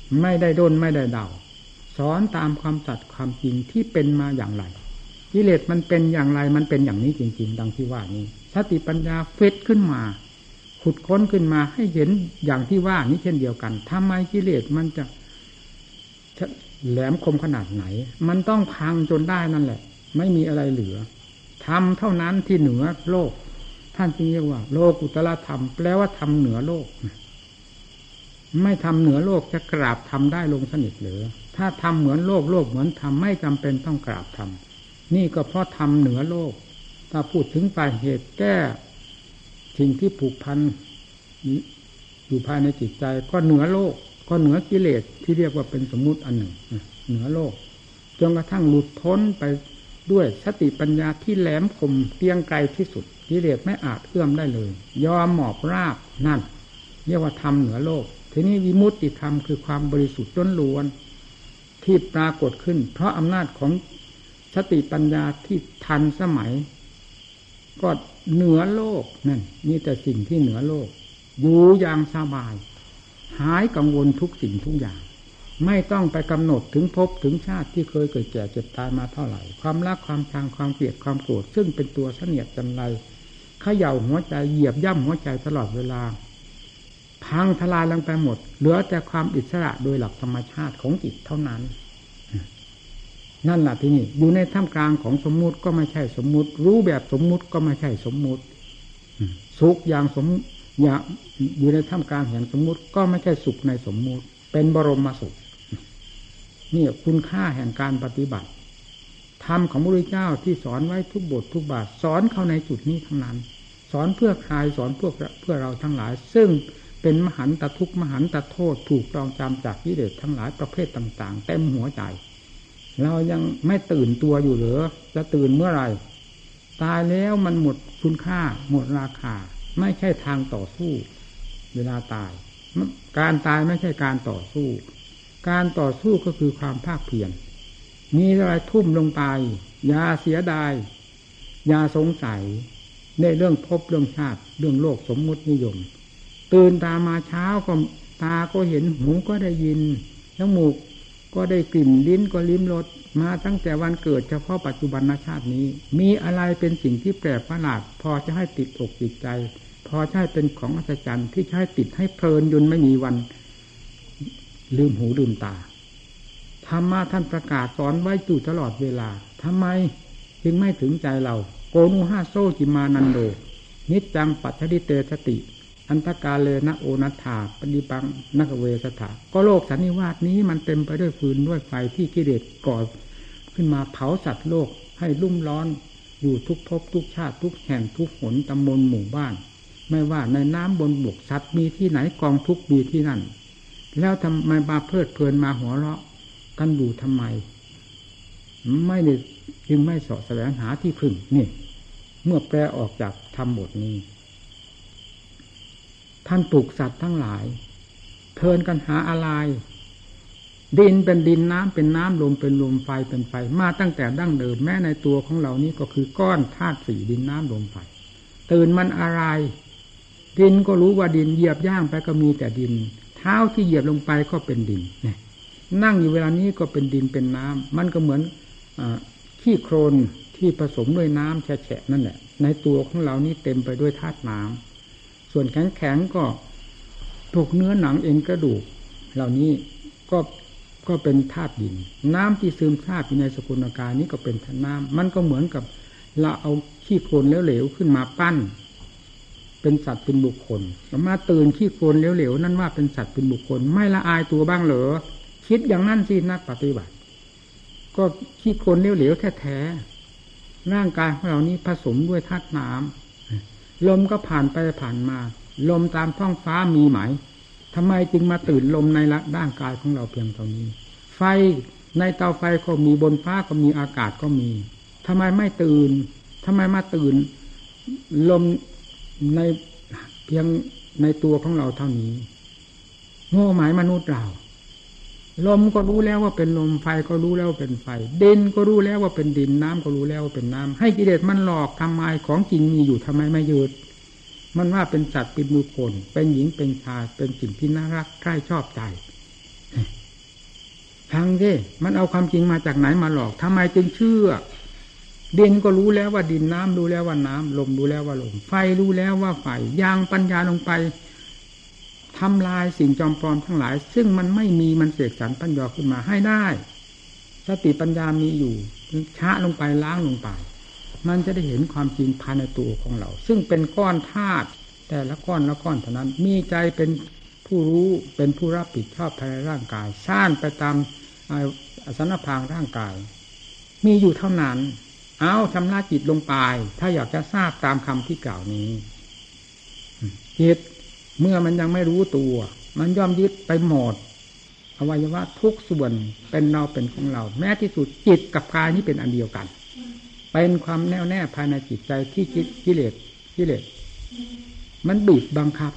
Speaker 1: ไม่ได้ด้นไม่ได้เดาสอนตามความสัตย์ความจริงที่เป็นมาอย่างไรกิเลสมันเป็นอย่างไรมันเป็นอย่างนี้จริงๆดังที่ว่านี้สติปัญญาเฟซขึ้นมาขุดค้นขึ้นมาให้เห็นอย่างที่ว่านี้เช่นเดียวกันทำไมกิเลสมันจะแหลมคมขนาดไหนมันต้องพังจนได้นั่นแหละไม่มีอะไรเหลือธรรมเท่านั้นที่เหนือโลกท่านจึงเรียกว่าโลกุตละธรรมแปลว่าธรรมเหนือโลกไม่ทำเหนือโลกจะกราบทำได้ลงสนิทหรือถ้าทำเหมือนโลกโลกเหมือนธรรมไม่จำเป็นต้องกราบทำนี่ก็เพราะทำเหนือโลกถ้าพูดถึงปลายเหตุแก้สิ่งที่ผูกพันอยู่ภายในจิตใจก็เหนือโลกก็เหนือกิเลสที่เรียกว่าเป็นสมมุติอันหนึ่งเหนือโลกจนกระทั่งหลุดพ้นไปด้วยสติปัญญาที่แหลมคมเตียงไกลที่สุดกิเลสไม่อาจเอื้อมได้เลยยอมหมอบราบนั่นเรียกว่าธรรมเหนือโลกทีนี้วิมุตติธรรมคือความบริสุทธิ์ล้วนๆที่ปรากฏขึ้นเพราะอำนาจของสติปัญญาที่ทันสมัยก็เหนือโลกนั่นมีแต่สิ่งที่เหนือโลกอยู่อย่างสบายหายกังวลทุกสิ่งทุกอย่างไม่ต้องไปกำหนดถึงภพถึงชาติที่เคยเกิดแก่เจ็บตายมาเท่าไหร่ความรักความชังความเกลียดความโกรธซึ่งเป็นตัวเสนียดจันไรเขย่าหัวใจเหยียบย่ำหัวใจตลอดเวลาพังทลายลงไปหมดเหลือแต่ความอิสระโดยหลักธรรมชาติของจิตเท่านั้นนั่นแหละที่นี่อยู่ในท่ามกลางของสมมุติก็ไม่ใช่สมมุติรู้แบบสมมุติก็ไม่ใช่สมมุติสุขอย่างสมอย่างอยู่ในท่ามกลางแห่งสมมุติก็ไม่ใช่สุขในสมมุติเป็นบรมสุขนี่คุณค่าแห่งการปฏิบัติธรรมของพระพุทธเจ้าที่สอนไว้ทุกบททุกบาทสอนเข้าในจุดนี้ทั้งนั้นสอนเพื่อใครสอนเพื่อเพื่อเราทั้งหลายซึ่งเป็นมหันตทุกข์มหันตโทษถูกตรองจำจากกิเลสทั้งหลายประเภทต่างๆเต็มหัวใจเรายังไม่ตื่นตัวอยู่หรือจะตื่นเมื่อไหร่ตายแล้วมันหมดคุณค่าหมดราคาไม่ใช่ทางต่อสู้เวลาตายการตายไม่ใช่การต่อสู้การต่อสู้ก็คือความภาคเพียรมีอะไรทุ่มลงไปอย่าเสียดายอย่าสงสัยในเรื่องภพเรื่องชาติเรื่องโลกสมมุตินิยมตื่นตามาเช้าก็ตาก็เห็นหูก็ได้ยินจมูกก็ได้กลิ่นลิ้นก็ลิ้มรสมาตั้งแต่วันเกิดเฉพาะปัจจุบันชาตินี้มีอะไรเป็นสิ่งที่แปลกประหลาดพอจะให้ติดอกติดใจพอจะให้เป็นของอัศจรรย์ที่จะให้ติดให้เพลินจนไม่มีวันลืมหูลืมตาธรรมะท่านประกาศสอนไว้อยู่ตลอดเวลาทำไมจึงไม่ถึงใจเราโกนุหาโซจิมานันโดนิจจังปัจฉิเตสติอันตกาเลนะโอนัฏฐาปฏิปังนักเวสถาก็โลกสันนิวาสนี้มันเต็มไปด้วยฟืนด้วยไฟที่กิเลสก่อขึ้นมาเผาสัตว์โลกให้รุ่มร้อนอยู่ทุกภพทุกชาติทุกแห่งทุกหนตำบลหมู่บ้านไม่ว่าในน้ำบนบกสัตว์มีที่ไหนกองทุกมีที่นั่นแล้วทำไมมาเพลิดเพลินมาหัวเราะกันอยู่ทำไมไม่ได้จึงไม่เสาะแสวงหาที่พึ่งนี่เมื่อแปลออกจากธรรมบทนี้ท่านปลูกสัตว์ทั้งหลายเพลินกันหาอะไรดินเป็นดินน้ำเป็นน้ำลมเป็นลมไฟเป็นไฟมาตั้งแต่ดั้งเดิมแม้ในตัวของเรานี้ก็คือก้อนธาตุสี่ดินน้ำลมไฟตื่นมันอะไรดินก็รู้ว่าดินเหยียบย่างไปก็มีแต่ดินเท้าที่เหยียบลงไปก็เป็นดินเนี่ยนั่งอยู่เวลานี้ก็เป็นดินเป็นน้ำมันก็เหมือนขี้โคลนที่ผสมด้วยน้ำแฉะๆนั่นแหละในตัวของเรานี้เต็มไปด้วยธาตุน้ำส่วนแข็งๆก็พวกเนื้อหนังเอ็นกระดูกเหล่านี้ก็ก็เป็นธาตุดินน้ำที่ซึมซาบอยู่ในสกุลกายนี้ก็เป็นธาตุน้ำมันก็เหมือนกับเราเอาขี้โคลนเหลวๆขึ้นมาปั้นเป็นสัตว์เป็นบุคคลมาตื่นขี้โคลนเหลวๆนั่นว่าเป็นสัตว์เป็นบุคคลไม่ละอายตัวบ้างเหรอคิดอย่างนั้นสินักปฏิบัติก็ขี้โคลนเหลวๆแท้ๆร่างกายของเรานี้ผสมด้วยธาตุน้ำลมก็ผ่านไปผ่านมาลมตามท้องฟ้ามีไหมทำไมจึงมาตื่นลมในร่างกายของเราเพียงเท่านี้ไฟในเตาไฟก็มีบนฟ้าก็มีอากาศก็มีทำไมไม่ตื่นทำไมมาตื่นลมในเพียงในตัวของเราเท่านี้โง่หมายมนุษย์เราลมก็รู้แล้วว่าเป็นลมไฟก็รู้แล้วว่าเป็นไฟดินก็รู้แล้วว่าเป็นดินน้ำก็รู้แล้วว่าเป็นน้ำให้กิเลสมันหลอกทำไมของจริงมีอยู่ทำไมไม่ยืดมันว่าเป็นสัตว์เป็นบุคคลเป็นหญิงเป็นชายเป็นสิ่งที่น่ารักใคร่ชอบใจฟังดิมันเอาความจริงมาจากไหนมาหลอกทำไมจึงเชื่อดินก็รู้แล้วว่าดินน้ำรู้แล้วว่าน้ำลมรู้แล้วว่าลมไฟรู้แล้วว่าไฟย่างปัญญาลงไปทำลายสิ่งจอมปลอมทั้งหลายซึ่งมันไม่มีมันเสกสรรปัญญาขึ้นมาให้ได้สติปัญญามีอยู่ชะลงไปล้างลงไปมันจะได้เห็นความจริงภายในตัวของเราซึ่งเป็นก้อนธาตุแต่ละก้อนละก้อนเท่านั้นมีใจเป็นผู้รู้เป็นผู้รับผิดชอบภายในร่างกายสร้างไปตามอสันพางร่างกายมีอยู่เท่านั้นเอาชำระจิตลงไปถ้าอยากจะทราบตามคำที่กล่าวนี้จิตเมื่อมันยังไม่รู้ตัวมันย่อมยึดไปหมดอวัยวะทุกส่วนเป็นเราเป็นของเราแม้ที่สุดจิตกับกายนี้เป็นอันเดียวกันเป็นความแน่วแน่ภายในจิตใจที่กิเลสกิเลสมันบีบบังคับ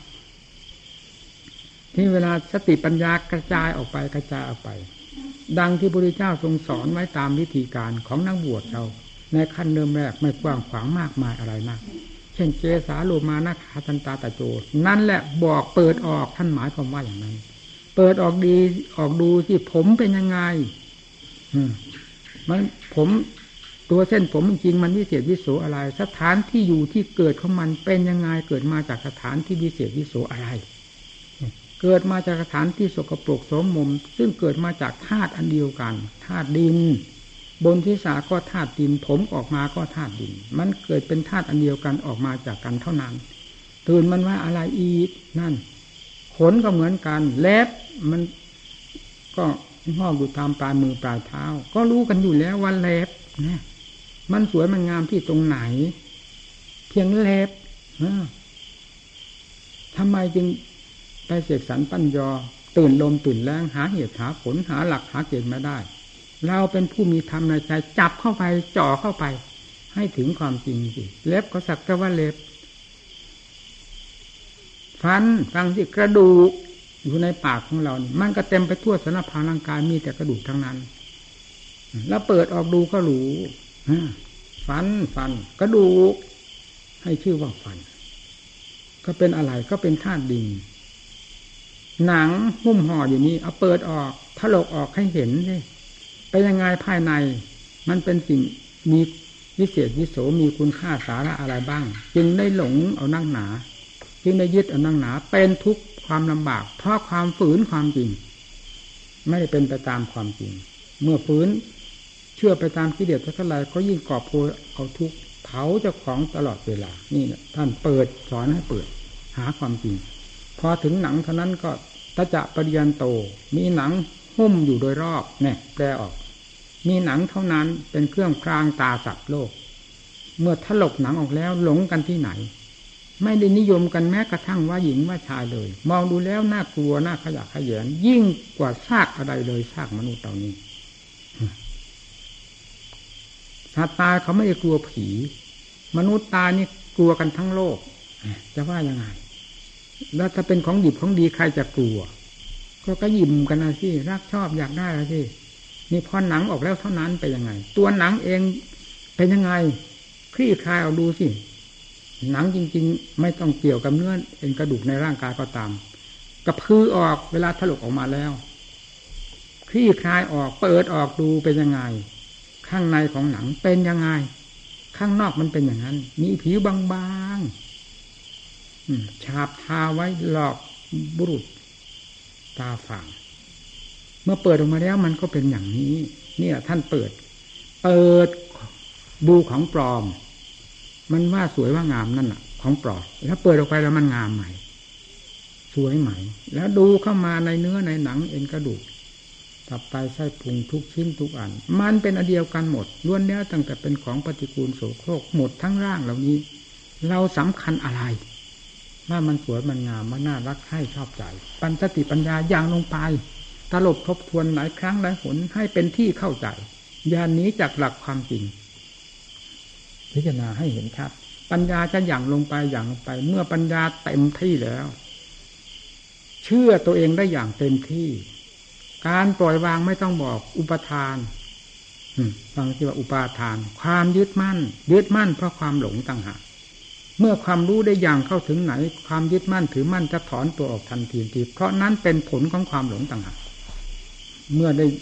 Speaker 1: ที่เวลาสติปัญญากระจายออกไปกระจายออกไปดังที่พระพุทธเจ้าทรงสอนไว้ตามวิธีการของนักบวชเราในขั้นเริ่มแรกไม่กว้างขวางมากมายอะไรนักเช่นเจสาโลมานะขาตันตาตะโจนั่นแหละบอกเปิดออกท่านหมายความว่าอย่างนั้นเปิดออกดีออกดูที่ผมเป็นยังไงมันผมตัวเส้นผมจริงๆมันวิเศษวิโสอะไรสถานที่อยู่ที่เกิดของมันเป็นยังไงเกิดมาจากสถานที่วิเศษวิโสอะไรเกิดมาจากสถานที่สกปรกโสมมซึ่งเกิดมาจากธาตุอันเดียวกันธาตุดินบนศีรษะก็ธาตุดินผมออกมาก็ธาตุดินมันเกิดเป็นธาตุอันเดียวกันออกมาจากกันเท่านั้นตื่นมันว่าอะไรอีกนั่นขนก็เหมือนกันเล็บมันก็งอกอยู่ตามปลายมือปลายเท้าก็รู้กันอยู่แล้วว่าเล็บนะมันสวยมันงามที่ตรงไหนเพียงเล็บทำไมจึงไปเสกสรรปัญญาตื่นลมตื่นแรงหาเหตุหาผลหาหลักหาเกณฑ์มาได้เราเป็นผู้มีธรรมในใจจับเข้าไปจ่อเข้าไปให้ถึงความจริงสิเล็บก็สักแต่ว่าเล็บฟันฟังที่กระดูกอยู่ในปากของเรานี่มันก็เต็มไปทั่วสารพางร่างกายมีแต่กระดูกทั้งนั้นแล้วเปิดออกดูก็รู้ฟันฟันกระดูกให้ชื่อว่าฟันก็เป็นอะไรก็เป็นธาตุดินหนังหุ้มห่ออยู่นี้เอาเปิดออกถลกออกให้เห็นสิเป็นยังไงภายในมันเป็นสิ่งมีวิเศษวิโสมีคุณค่าสาระอะไรบ้างจึงได้หลงเอานั่งหนาจึงได้ยึดเอานั่งหนาเป็นทุกข์ความลำบากเพราะความฝืนความจริงไม่ได้เป็นไปตามความจริงเมื่อฝืนเชื่อไปตามกิเลสเท่าไหร่ก็ยิ่งกอบโพยเอาทุกข์เผาเจ้าของตลอดเวลานี่แหละท่านเปิดสอนให้เปิดหาความจริงพอถึงหนังเท่านั้นก็ตะจะปริยันโตมีหนังหุ้มอยู่โดยรอบเนี่ยแปลออกมีหนังเท่านั้นเป็นเครื่องพรางตาสัตว์โลกเมื่อถลกหนังออกแล้วหลงกันที่ไหนไม่ได้นิยมกันแม้กระทั่งว่าหญิงว่าชายเลยมองดูแล้วน่ากลัวน่าขยะแขยงยิ่งกว่าซากอะไรเลยซากมนุษย์เหล่านี้สัตว์ตายเขาไม่ได้กลัวผีมนุษย์ตายนี่กลัวกันทั้งโลกจะว่ายังไงแล้วถ้าเป็นของดิบของดีใครจะกลัวก็ก็ยิ้มกันนะสิรักชอบอยากได้นะสินี่พอหนังออกแล้วเท่านั้นไปยังไงตัวหนังเองเป็นยังไงคลี่คลายเอาดูสิหนังจริงๆไม่ต้องเกี่ยวกับเนื้อเอ็นกระดูกในร่างกายก็ตามกระพือออกเวลาถลกออกมาแล้วคลี่คลายออกเปิดออกดูเป็นยังไงข้างในของหนังเป็นยังไงข้างนอกมันเป็นอย่างนั้นมีผิวบางๆฉาบทาไว้หลอกบุรุษตาฝางเมื่อเปิดออกมาแล้วมันก็เป็นอย่างนี้เนี่ยท่านเปิดเปิดดูของปลอมมันว่าสวยว่างามนั่นน่ะของปลอมแล้วเปิดออกไปแล้วมันงามใหม่สวยใหม่แล้วดูเข้ามาในเนื้อในหนังเอ็นกระดูกตับไตไส้พุงทุกชิ้นทุกอันมันเป็นอันเดียวกันหมดล้วนแล้วตั้งแต่เป็นของปฏิกูลโสโครกหมดทั้งร่างเหล่านี้เราสำคัญอะไรว่ามันสวยมันงามมันน่ารักให้ชอบใจปัญสติปัญญาอย่างลงไปตลบทบทวนหลายครั้งหลายหนให้เป็นที่เข้าใจอย่าหนีจากหลักความจริงพิจารณาให้เห็นชัดปัญญาจะหยั่งลงไปหยั่งลงไปเมื่อปัญญาเต็มที่แล้วเชื่อตัวเองได้อย่างเต็มที่การปล่อยวางไม่ต้องบอกอุปทานฟังที่ว่าอุปาทานความยึดมั่นยึดมั่นเพราะความหลงต่างหากเมื่อความรู้ได้อย่างเข้าถึงไหนความยึดมั่นถือมั่นจะถอนตัวออกทันทีทีเพราะนั้นเป็นผลของความหลงต่างหากเมื่อได้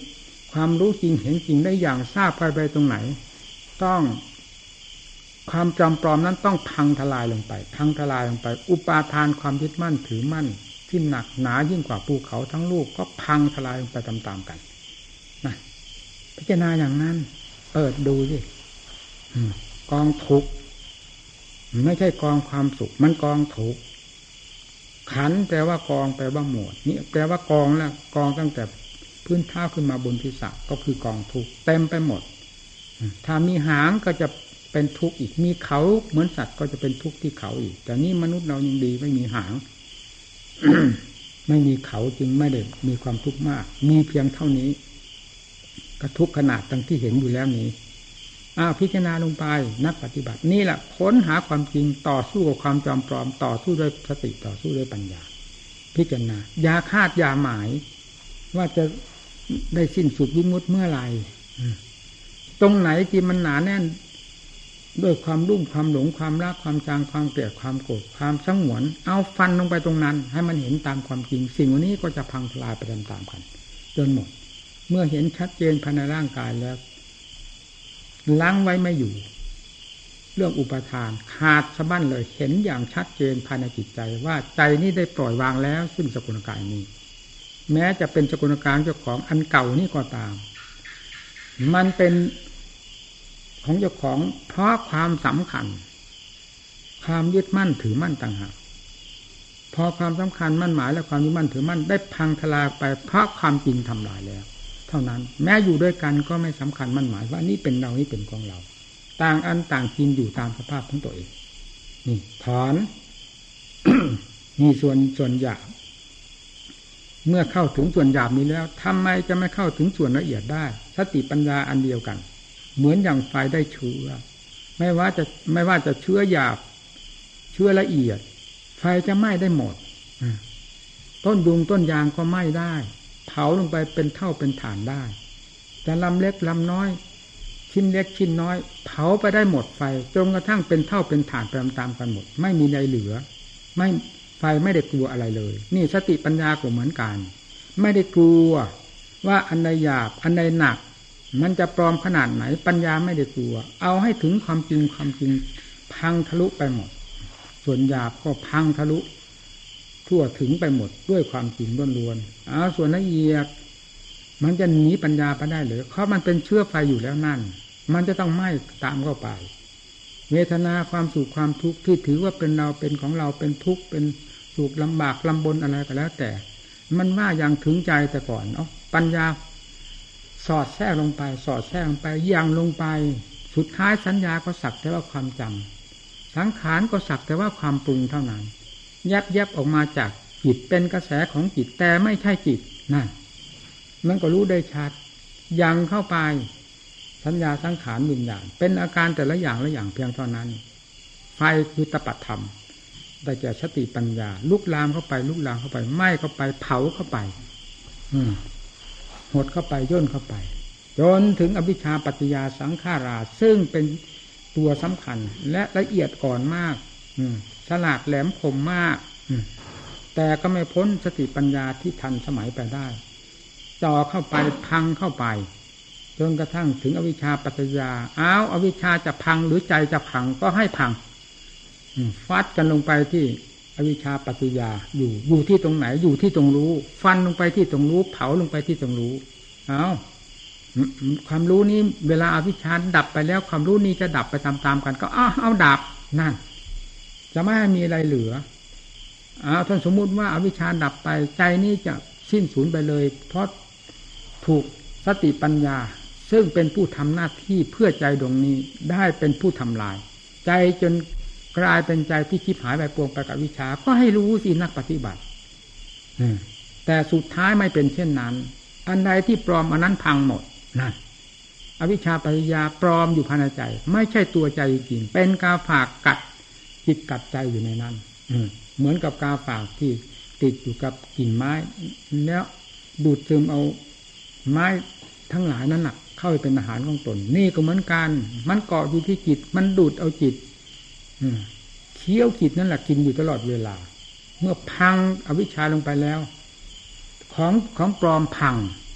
Speaker 1: ความรู้จริงเห็นจริงได้อย่างทราบไปไปตรงไหนต้องความจำปลอมนั้นต้องพังทลายลงไปพังทลายลงไปอุปาทานความยึดมั่นถือมั่นที่หนักหนายิ่งกว่าภูเขาทั้งลูกก็พังทลายลงไปตามๆกันนะพิจารณาอย่างนั้นเปิดดูสิกองทุกข์ไม่ใช่กองความสุขมันกองทุกข์ขันแปลว่ากองแปลว่าหมวดนี่แปลว่ากองแล้วกองตั้งแต่พื้นเท้าขึ้นมาบนศีรษะก็คือกองทุกข์เต็มไปหมดถ้ามีหางก็จะเป็นทุกข์อีกมีเขาเหมือนสัตว์ก็จะเป็นทุกข์ที่เขาอีกแต่นี่มนุษย์เรายังดีไม่มีหาง ไม่มีเขาจึงไม่ได้มีความทุกข์มากมีเพียงเท่านี้ก็ทุกข์ขนาดตั้งที่เห็นอยู่แล้วนี้อ้าวพิจารณาลงไปนักปฏิบัตินี่แหละค้นหาความจริงต่อสู้กับความจอมปลอมต่อสู้ด้วยสติต่อสู้ด้วยปัญญาพิจารณาอย่าคาดอย่าหมายว่าจะได้สิ้นสุดวิมุตติเมื่อไหร่ตรงไหนที่มันหนาแน่นด้วยความรุ่มความหลงความรักความจางความเกลียดความโกรธความสงวนเอาฟันลงไปตรงนั้นให้มันเห็นตามความจริงสิ่งนี้ก็จะพังทลายไปตามๆกันจนหมดเมื่อเห็นชัดเจนภายในร่างกายแล้วล้างไว้ไม่อยู่เรื่องอุปทานขาดสะบั้นเลยเห็นอย่างชัดเจนภายในจิตใจว่าใจนี้ได้ปล่อยวางแล้วซึ่งสกุลกายนี้แม้จะเป็นสกุลกายเจ้าของอันเก่านี่ก็ตามมันเป็นของเจ้าของเพราะความสำคัญความยึดมั่นถือมั่นต่างหากพอความสำคัญมั่นหมายและความยึดมั่นถือมั่นได้พังทลายไปเพราะความจริงทำลายแล้วเท่านั้นแม้อยู่ด้วยกันก็ไม่สำคัญมั่นหมายว่านี่เป็นเรานี่เป็นของเราต่างอันต่างกินอยู่ตามสภาพของตัวเองนี่ถอน มีส่วนส่วนหยาบเมื่อเข้าถึงส่วนหยาบนี้แล้วทำไมจะไม่เข้าถึงส่วนละเอียดได้สติปัญญาอันเดียวกันเหมือนอย่างไฟได้เชื้อไม่ว่าจะไม่ว่าจะเชื้อหยาบเชื้อละเอียดไฟจะไหม้ได้หมดต้นยุงต้นยางก็ไหม้ได้เผาลงไปเป็นเท่าเป็นฐานได้จะลำเล็กลำน้อยชิ้นเล็กชิ้นน้อยเผาไปได้หมดไฟจนกระทั่งเป็นเท่าเป็นฐานไปตามๆกันหมดไม่มีใดเหลือไม่ไฟไม่ได้กลัวอะไรเลยนี่สติปัญญาก็เหมือนกันไม่ได้กลัวว่าอันใดหยาบอันใดหนักมันจะปลอมขนาดไหนปัญญาไม่ได้กลัวเอาให้ถึงความจริงความจริงพังทะลุไปหมดส่วนหยาบก็พังทะลุทั่วถึงไปหมดด้วยความจริงล้วนๆเอาส่วนละเอียดมันจะหนีปัญญาไปได้หรือเพราะมันเป็นเชื้อไฟอยู่แล้วนั่นมันจะต้องไหม้ตามเข้าไปเวทนาความสุขความทุกข์ที่ถือว่าเป็นเราเป็นของเราเป็นทุกข์เป็นสุขลำบากลำบนอะไรก็แล้วแต่มันว่าอย่างถึงใจแต่ก่อนเนาะปัญญาสอดแทรกลงไปสอดแทรกลงไปย่างลงไปสุดท้ายสัญญาก็สักแต่ว่าความจำสังขารก็สักแต่ว่าความปรุงเท่านั้นยับยับออกมาจากจิตเป็นกระแสของจิตแต่ไม่ใช่จิตนั่นมันก็รู้ได้ชัดยังเข้าไปสัญญาสังขารวิญญาณเป็นอาการแต่ละอย่างละอย่างเพียงเท่านั้นไฟคือตปะธรรมได้แก่สติปัญญาลุกลามเข้าไปลุกลามเข้าไปไหม้เข้าไปเผาเข้าไปอืมหดเข้าไปย่นเข้าไปจนถึงอวิชชาปัจจยาสังขาราซึ่งเป็นตัวสำคัญและละเอียดอ่อนมากฉลาดแหลมคมมากแต่ก็ไม่พ้นสติปัญญาที่ทันสมัยไปได้จ่อเข้าไปพังเข้าไปจนกระทั่งถึงอวิชชาปัจจยาอ้าวอวิชชาจะพังหรือใจจะพังก็ให้พังฟัดกันลงไปที่อวิชชาปัจจยาอยู่อยู่ที่ตรงไหนอยู่ที่ตรงรู้ฟันลงไปที่ตรงรู้เผาลงไปที่ตรงรู้อ้าวความรู้นี้เวลาอวิชชาดับไปแล้วความรู้นี้จะดับไปตามๆกันก็อ้าวเอาดับนั่นจะไม่ให้มีอะไรเหลืออ้าวท่านสมมุติว่าอวิชชาดับไปใจนี้จะสิ้นสูญไปเลยเพราะถูกสติปัญญาซึ่งเป็นผู้ทำหน้าที่เพื่อใจดวงนี้ได้เป็นผู้ทำลายใจจนกลายเป็นใจที่ชิบหายไปปวงไปกับวิชาก็ให้รู้สินักปฏิบัติแต่สุดท้ายไม่เป็นเช่นนั้นอันใดที่ปลอมอันนั้นพังหมดนั่นอวิชชาปัญญาปลอมอยู่ภายในใจไม่ใช่ตัวใจจริงเป็นกาฝากกัดจิตกัดใจอยู่ในนั้นเหมือนกับกาฝากที่ติดอยู่กับกิ่งไม้แล้วดูดซึมเอาไม้ทั้งหลายนั้นน่ะเข้าไปเป็นอาหารของตนนี่ก็เหมือนกันมันเกาะอยู่ที่จิตมันดูดเอาจิตเคี้ยวจิตนั่นแหละกินอยู่ตลอดเวลาเมื่อพังอวิชชาลงไปแล้วของของปลอมพัง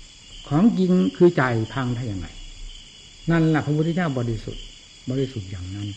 Speaker 1: ของจริงคือใจพังได้ยังไงนั่นแหละพระพุทธเจ้าบริสุทธิ์บริสุทธิ์อย่างนั้น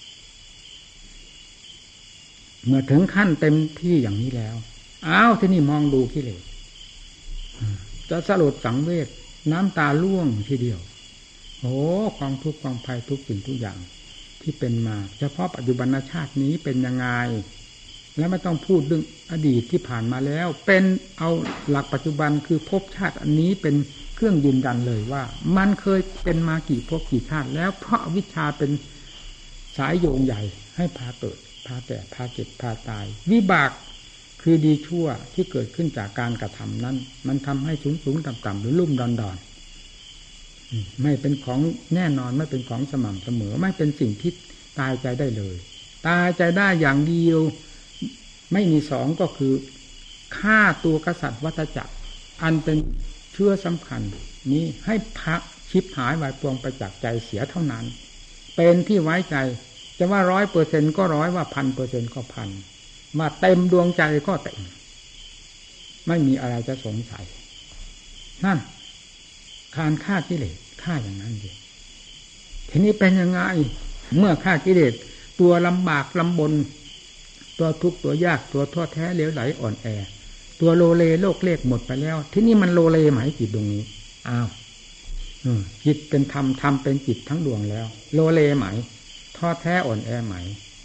Speaker 1: เมื่อถึงขั้นเต็มที่อย่างนี้แล้วอ้าวที่นี่มองดูกิเลสจะสลดสังเวชน้ำตาล่วงทีเดียวโอ้ความทุกข์ความภัยทุกสิ่งทุกอย่างที่เป็นมาเฉพาะปัจจุบันชาตินี้เป็นยังไงแล้วไม่ต้องพูดเรื่องอดีตที่ผ่านมาแล้วเป็นเอาหลักปัจจุบันคือภพชาติอันนี้เป็นเครื่องยืนยันเลยว่ามันเคยเป็นมากี่ภพกี่ชาติแล้วเพราะวิชาเป็นสายโยงใหญ่ให้พาเกิดพาแก่พาเก็บพาตายวิบากคือดีชั่วที่เกิดขึ้นจากการกระทำนั้นมันทำให้สูงสูงต่ำต่ำหรือลุ่มดอนดอนไม่เป็นของแน่นอนไม่เป็นของสม่ำเสมอไม่เป็นสิ่งที่ตายใจได้เลยตายใจได้อย่างเดียวไม่มีสองก็คือฆ่าตัวกษัตริย์วัฏจักรอันเป็นเชื้อสำคัญนี้ให้พักชิบหายวายปวงไปจากใจเสียเท่านั้นเป็นที่ไว้ใจจะว่าร้อยเปอร์เซ็นต์ก็ร้อยว่าพันเปอร์เซ็นต์ก็พันมาเต็มดวงใจก็เต็มไม่มีอะไรจะสงสัยนั่นการฆ่ากิเลสฆ่าอย่างนั้นเองทีนี้เป็นยังไงเมื่อฆ่ากิเลสตัวลำบากลำบนตัวทุกข์ตัวยากตัวท้อแท้เหลวไหลอ่อนแอตัวโลเลโลกเลขหมดไปแล้วที่นี่มันโลเลไหมจิตดวงนี้อ้าวจิตเป็นธรรมธรรมเป็นจิตทั้งดวงแล้วโลเลไหมท้อแท้อ่อนแอไหม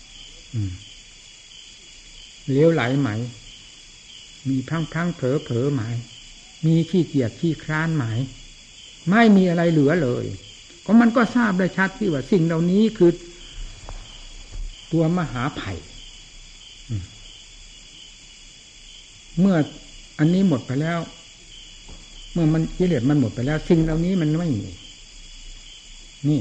Speaker 1: เหลวไหลไหมมีพังพังเผลอเผลอไหมมีขี้เกียจขี้คร้านไหมไม่มีอะไรเหลือเลยก็มันก็ทราบได้ชัดที่ว่าสิ่งเหล่านี้คือตัวมหาภัยเมื่ออันนี้หมดไปแล้วเมื่อมันกิเลสมันหมดไปแล้วสิ่งเหล่านี้มันไม่มีนี่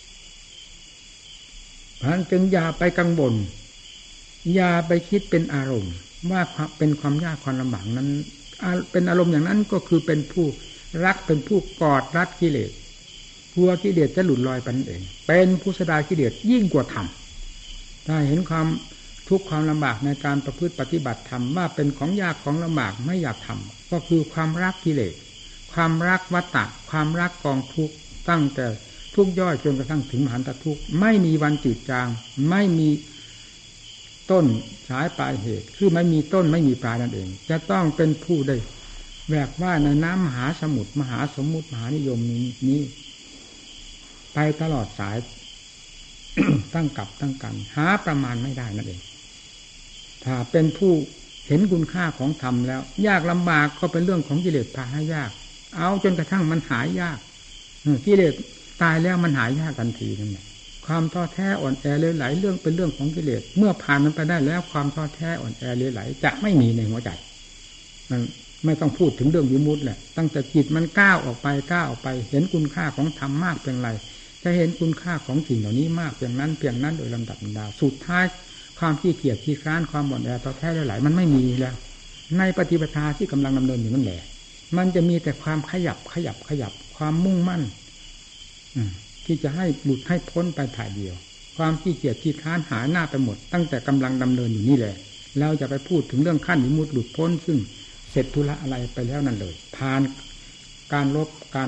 Speaker 1: เพราะฉะนั้นจึงอย่าไปกังวลอย่าไปคิดเป็นอารมณ์ว่าเป็นความยากความลำบากนั้นเป็นอารมณ์อย่างนั้นก็คือเป็นผู้รักเป็นผู้กอดรัดกิเลสกลัวกิเลสจะหลุดลอยไปนั่นเองเป็นผู้สดากิเลสยิ่งกว่าธรรมถ้าเห็นความทุกข์ความลำบากในการประพฤติปฏิบัติธรรมว่าเป็นของยากของลำบากไม่อยากทำก็คือความรักกิเลสความรักวัฏฏะความรักกองทุกข์ตั้งแต่ทุกข์ย่อยจนกระทั่งถึงมหันตทุกข์ไม่มีวันจืดจางไม่มีต้นสายปลายเหตุคือไม่มีต้นไม่มีปลายนั่นเองจะต้องเป็นผู้ได้แวกว่าในน้ำมหาสมุทรมหาสมมุติมหานิยมนี้นี้ไปตลอดสาย ตั้งกับตั้งกันหาประมาณไม่ได้นั่นเองถ้าเป็นผู้เห็นคุณค่าของธรรมแล้วยากลำบากก็เป็นเรื่องของกิเลสพาให้ยากเอาจนกระทั่งมันหายยากกิเลสตายแล้วมันหายยากทันทีนั่นแหละความท้อแท้อ่อนแอเลวไหลเรื่องเป็นเรื่องของกิเลสเมื่อผ่านมันไปได้แล้วความท้อแท้อ่อนแอเลวไหลจะไม่มีในหัวใจมันไม่ต้องพูดถึงเรื่องวิมุตติแหละตั้งแต่จิตมันก้าวออกไปก้าวออกไปเห็นคุณค่าของธรรมมากเพียงไรจะเห็นคุณค่าของสิ่งเหล่านี้มากเพียงนั้นเพียงนั้นโดยลำดับลำดาสุดท้ายความขี้เกียจขี้คร้านความอ่อนแอท้อแท้เลวไหลมันไม่มีแล้วในปฏิปทาที่กำลังดำเนินอยู่นั่นแหละมันจะมีแต่ความขยับขยับขยับความมุ่งมั่นที่จะให้หลุดให้พ้นไปถ่ายเดียวความขี้เกียจขี้คร้านหายหน้าไปหมดตั้งแต่กำลังดำเนินอยู่นี่แหละเราจะไปพูดถึงเรื่องขั้นวิมุตติหลุดพ้นซึ่งเสร็จธุระอะไรไปแล้วนั่นเลยผ่านการลบการ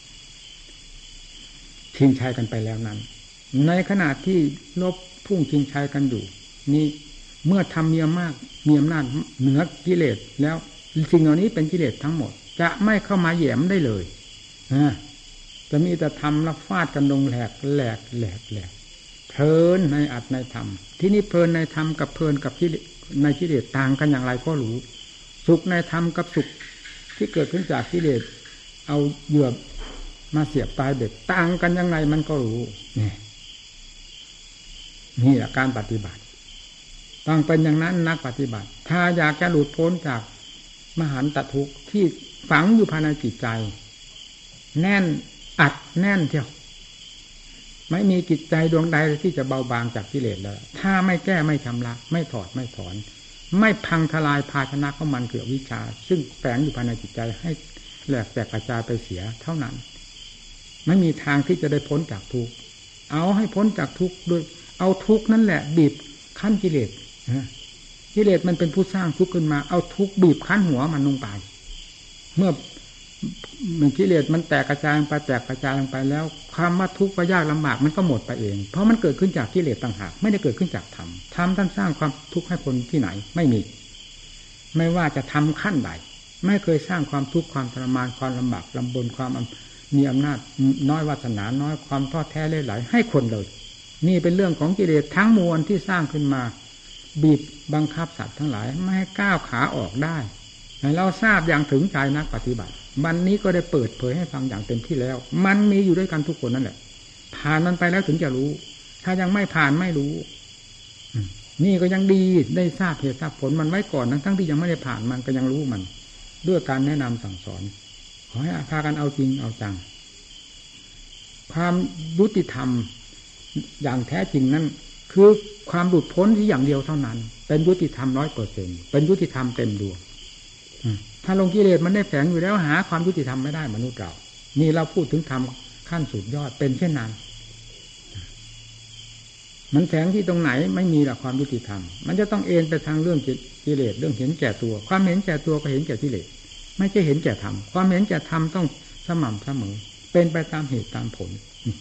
Speaker 1: ชิงชัยกันไปแล้วนั้นในขณะที่ลบพุ่งชิงชัยกันอยู่นี่เมื่อทำมีอำนาจมีอำนาจเหนือกิเลสแล้วสิ่งเหล่านี้เป็นกิเลสทั้งหมดจะไม่เข้ามาแหยมได้เลยนะจะมีแต่ทำแล้วฟาดกันลงแหลกแหลกแหลกแหลกเพลินในอัตในธรรมที่นี่เพลินในธรรมกับเพลินกับกิเลสในกิเลสต่างกันอย่างไรก็รู้สุขในธรรมกับสุขที่เกิดขึ้นจากกิเลสเอาเหยื่อมาเสียบปลายเบ็ดต่างกันยังไงมันก็รู้นี่นี่แหละการปฏิบัติต้องเป็นอย่างนั้นนักปฏิบัติถ้าอยากจะหลุดพ้นจากมหันตทุกข์ที่ฝังอยู่ภายในจิตใจแน่นอัดแน่นเที่ยวไม่มีจิตใจดวงใดที่จะเบาบางจากกิเลสเลยถ้าไม่แก้ไม่ชำระไม่ถอดไม่ถอนไม่พังทลายภาชนะของมันคือวิชาซึ่งแฝงอยู่ภายในจิตใจให้แหลกแตกกระจายไปเสียเท่านั้นไม่มีทางที่จะได้พ้นจากทุกข์เอาให้พ้นจากทุกข์ด้วยเอาทุกข์นั่นแหละบีบคั้นกิเลสกิเลสมันเป็นผู้สร้างทุกข์ขึ้นมาเอาทุกข์บีบคั้นหัวมันลงไปเมื่อมันกิเลสมันแตกกระจายไปแตกกระจายลงไปแล้วความว่าทุกข์ว่ายากลำบากมันก็หมดไปเองเพราะมันเกิดขึ้นจากกิเลสต่างหากไม่ได้เกิดขึ้นจากธรรมธรรมท่านสร้างความทุกข์ให้คนที่ไหนไม่มีไม่ว่าจะทำขั้นใดไม่เคยสร้างความทุกข์ความทรมานความลำบากลำบนความมีอำนาจน้อยวาสนาน้อยความท้อแท้เล่ไหลให้คนเลยนี่เป็นเรื่องของกิเลสทั้งมวลที่สร้างขึ้นมาบีบบังคับสัตว์ทั้งหลายไม่ให้ก้าวขาออกได้เราทราบอย่างถึงใจนักปฏิบัติวันนี้ก็ได้เปิดเผยให้ฟังอย่างเต็มที่แล้วมันมีอยู่ด้วยกันทุกคนนั่นแหละผ่านมันไปแล้วถึงจะรู้ถ้ายังไม่ผ่านไม่รู้นี่ก็ยังดีได้ทราบเหตุทราบผลมันไว้ก่อนทั้งทั้งที่ยังไม่ได้ผ่านมันก็ยังรู้มันด้วยการแนะนำสั่งสอนขอให้พากันเอาจริงเอาจังความยุติธรรมอย่างแท้จริงนั้นคือความหลุดพ้นที่อย่างเดียวเท่านั้นเป็นยุติธรรมร้อยเปอร์เซ็นต์เป็นยุติธรรมเต็มดวงถ้าลงกิเลสมันได้แฝงอยู่แล้วหาความยุติธรรมไม่ได้มนุษย์เรานี่เราพูดถึงธรรมขั้นสุดยอดเป็นเช่นนั้นมันแฝงที่ตรงไหนไม่มีหลักความยุติธรรมมันจะต้องเอ็นไปทางเรื่องกิเลสเรื่องเห็นแก่ตัวความเห็นแก่ตัวก็เห็นแก่กิเลสไม่ใช่เห็นแก่ธรรมความเห็นแก่ธรรมต้องสม่ำเสมอเป็นไปตามเหตุตามผล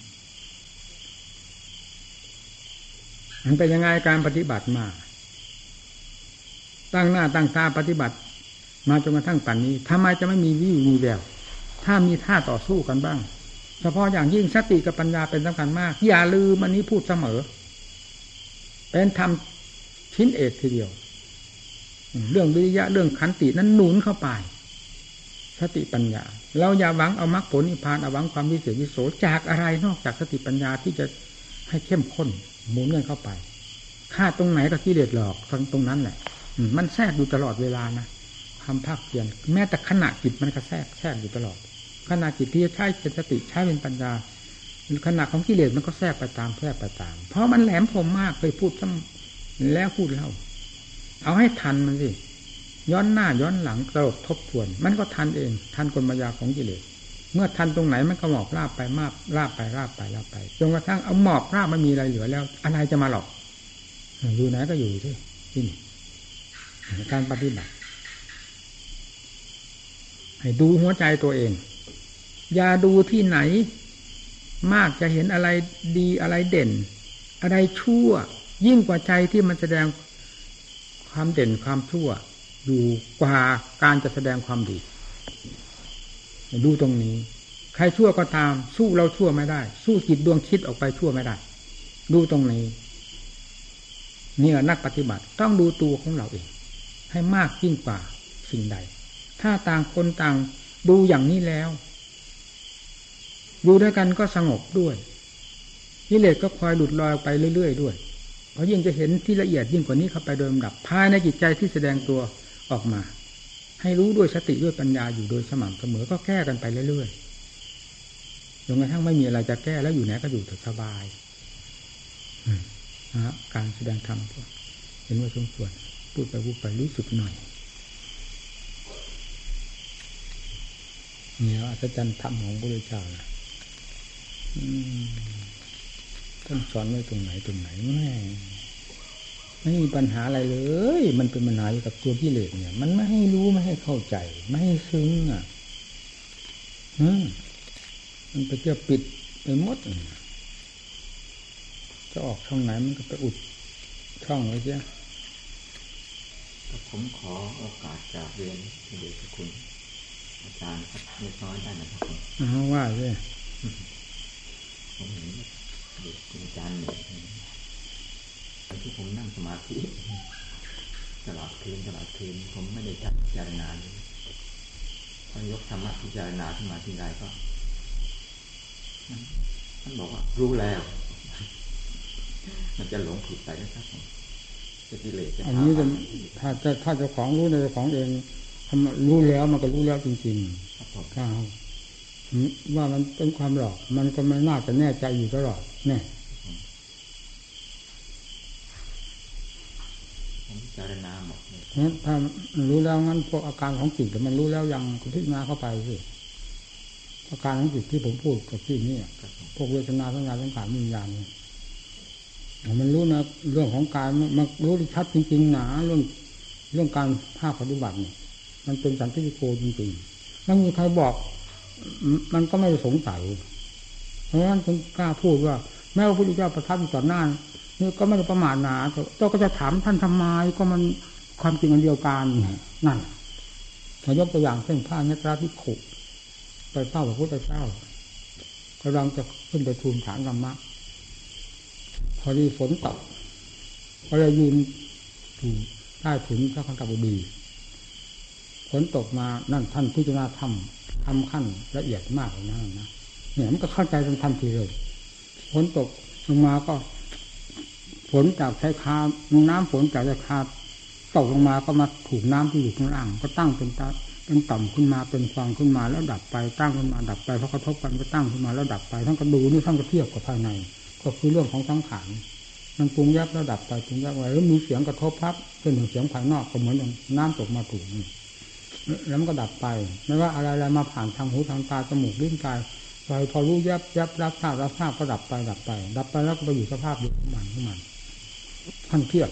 Speaker 1: มันเป็นยังไงการปฏิบัติมาตั้งหน้าตั้งตาปฏิบัติมาจนกระทั่งป่านนี้ทำไมจะไม่มีวี่มีแววถ้ามีท่าต่อสู้กันบ้างเฉพาะอย่างยิ่งสติกับปัญญาเป็นสำคัญมากอย่าลืมอันนี้พูดเสมอเป็นธรรมชิ้นเอกทีเดียวเรื่องวิริยะเรื่องขันตินั้นหนุนเข้าไปสติปัญญาเราอย่าหวังเอามรรคผลนิพพานเอาหวังความวิเศษวิโสจากอะไรนอกจากสติปัญญาที่จะให้เข้มข้นหมุนเงินเข้าไปฆ่าตรงไหนก็กิเลสหลอกทั้งตรงนั้นแหละมันแทรกอยู่ตลอดเวลานะความภาคเพียรแม้แต่ขณะจิตมันก็แทรกแทรกอยู่ตลอดขณะจิตที่ใช้เป็นสติใช้เป็นปัญญาขณะของกิเลสมันก็แทรกไปตามแทรกไปตามเพราะมันแหลมคมมากเคยพูดซ้ำแล้วพูดเล่าเอาให้ทันมันสิย้อนหน้าย้อนหลังตลบทบทวนมันก็ทันเองทันกลมายาของกิเลสเมื่อทันตรงไหนมันก็หมอบราบไปมาบราบไปราบไปราบไปจนกระทั่งเอาหมอบราบไม่มีอะไรเหลือแล้วอะไรจะมาหลอกอยู่ไหนก็อยู่ที่ที่นี่การปฏิบัติให้ดูหัวใจตัวเองอย่าดูที่ไหนมากจะเห็นอะไรดีอะไรเด่นอะไรชั่วยิ่งกว่าใจที่มันแสดงความเด่นความชั่วอยู่กว่าการจะแสดงความดีดูตรงนี้ใครชั่วก็ตามสู้เราชั่วไม่ได้สู้จิตดวงคิดออกไปชั่วไม่ได้ดูตรงนี้เนี่ยนักปฏิบัติต้องดูตัวของเราเองให้มากยิ่งกว่าสิ่งใดถ้าต่างคนต่างดูอย่างนี้แล้วดูด้วยกันก็สงบด้วยกิเลสก็คอยหลุดลอยไปเรื่อยๆด้วยเพราะยิ่งจะเห็นที่ละเอียดยิ่งกว่านี้เข้าไปโดยลำดับภายในจิตใจที่แสดงตัวออกมาให้รู้ด้วยสติด้วยปัญญาอยู่โดยสม่ำเสมอก็แก้กันไปเรื่อยๆจนกระทั่งไม่มีอะไรจะแก้แล้วอยู่ไหนก็อยู่สบายนะการแสดงธรรมเห็นว่าสมควรพูดไปพูดไปรู้สึกหน่อยเนี่ยอัศจรรย์ธรรมของพระพุทธเจ้านะท่านสอนไว้ตรงไหนตรงไหนแม่ไม่มีปัญหาอะไรเลยมันเป็นปัญหาอยู่กับตัวกิเลสเนี่ยมันไม่ให้รู้ไม่ให้เข้าใจไม่ให้ซึ้งอ่ะมันไปเที่ยวปิดไปหมดจะออกช่องไหนมันก็ไปอุดช่องไว้เสีย
Speaker 2: ผมขอโอกาสจากเรียนเด็กคุณอาจารย์ครับเล็กน้อยได้ไหมครับผม
Speaker 1: อ๋อว่าใช่
Speaker 2: ผมเห็นเด็กอาจารย์เนี่ยตอนที่ผมนั่งสมาธิตลอดคืนตลอดคืนผมไม่ได้จัดพิจารณาเลยพอยกธรรมะพิจารณาขึ้นมาทีไรก็ท่านบอกว่ารู้แล้วมันจะหลงผิดไปนะครับผม
Speaker 1: อันนี้ถ้าจะถ้าเจ้าของรู้ในเจ้าของเองรู้แล้วมันก็รู้แล้วจริงๆถ้าว่ามันเป็นความหลอกมันก็ไม่น่าจะแน่ใจอยู่ตลอดแน่
Speaker 2: พิจารณาหมด
Speaker 1: ถ้ารู้แล้วงั้นพวกอาการของจิตมันรู้แล้วยังพิจารณาเข้าไปสิอาการของจิตที่ผมพูดกับที่นี่พวกเวทนาสัญญาสังขารวิญญาณมันรู้นะเรื่องของกายมันรู้ชัดจริงๆหนาเรื่องเรื่องการภาคปฏิบัติเนี่ยมันเป็นสันติโกจริงๆไม่มีใครบอกมันก็ไม่สงสัยเพราะฉะนั้นถึงกล้าพูดว่าแม้ว่าพระพุทธเจ้าประทับอยู่ต่อหน้านี่ก็ไม่ได้ประมาทหนาเจ้าก็จะถามท่านทำไมก็มันความจริงอันเดียวกันนั่นถ้ายกตัวอย่างเช่นพระยัตราภิกขุไปเฝ้าพระพุทธเจ้ากำลังจะขึ้นไปทูลถามธรรมะพอดีฝนตกก็เลยยืนอยู่ใต้ถุนพระคันธบดีฝนตกมานั่นท่านพิจารณาธรรมทำขั้นละเอียดมากเลยนะนะเนี่ยมันก็เข้าใจทันทีเลยฝนตกลงมาก็ฝนจากชายคาน้ำฝนจากชายคาตกลงมาก็มาถูกน้ำที่อยู่ข้างล่างก็ตั้งเป็นตาเป็นต่ำขึ้นมาเป็นฟองขึ้นมาแล้วดับไปตั้งขึ้นมาดับไปเพราะกระทบกันก็ตั้งขึ้นมาแล้วดับไปทั้งกระดูนี่ทั้งกระเทียบกับภายในก็คือเรื่องของสังขารมันปรุงยับแล้วดับไปปรุงยับไว้แล้วมีเสียงกระทบพับเป็นเสียงภายนอกก็เหมือนน้ำตกมาถูกแล้วมันก็ดับไปไม่ว่าอะไรๆมาผ่านทางหูทางตาจมูกลิ้นกายไปพอรู้ยับยับรับทราบรับทราบก็ดับไปดับไปดับไปแล้วก็ไปอยู่สภาพอยู่ของมันของมันท่านเทียบ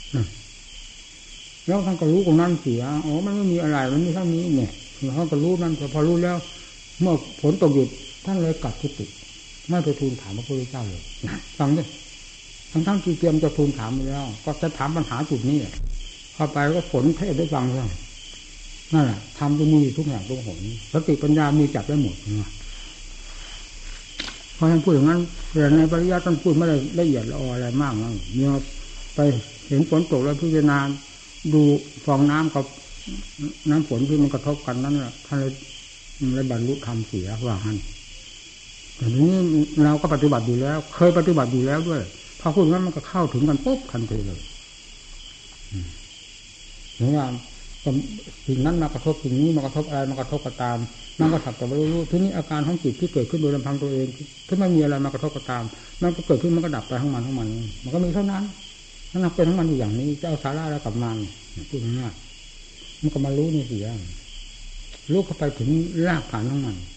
Speaker 1: แล้วท่านก็รู้ตรงนั้นเสียอ๋อมันไม่มีอะไรมันมีเท่านี้เนี่ยท่านก็รู้นั่นพอรู้แล้วเมื่อฝนตกหยุดท่านเลยกลับกุฏิไม่ไปทูลถามพระพุทธเจ้าเลยฟังดิทั้งทั้งที่เตรียมจะทูลถามไปแล้วก็จะถามปัญหาจุดนี้เข้าไปก็ฝนเทศได้ฟังเลยนั่นแหละทำจะมีทุกอย่างทุกหนสติปัญญามีจับได้หมดนะเพราะฉะนั้นพูดอย่างนั้นแต่ในปริยัติท่านพูดไม่ได้ละเอียดละอออะไรมากนะเมื่อไปเห็นฝนตกแล้วพิจารณาดูฟองน้ำกับน้ำฝนที่มันกระทบกันนั่นแหละท่านเลยเลยบรรลุธรรมเสียว่าหันแต่นี้เราก็ปฏิบัติอยู่แล้วเคยปฏิบัติอยู่แล้วด้วยพอพูดงั้นมันก็เข้าถึงกันปุ๊บทันทีเลยเหมือนว่าสิ่งนั้นมากระทบสิ่งนี้มากระทบอะไรมากระทบก็ตามนั่นก็สักแต่ว่ารู้ทีนี้อาการของจิตที่เกิดขึ้นโดยลำพังตัวเองถ้าไม่มีอะไรมากระทบก็ตามมันก็เกิดขึ้นมันก็ดับไปทั้งมันทั้งมันมันก็มีเท่านั้นนั่นเป็นทั้งมันอยู่อย่างนี้จะเอาสาระอะไรกับมันพูดง่ายๆมันก็มารู้นี่เสียรู้เข้าไปถึงรากฐานของมัน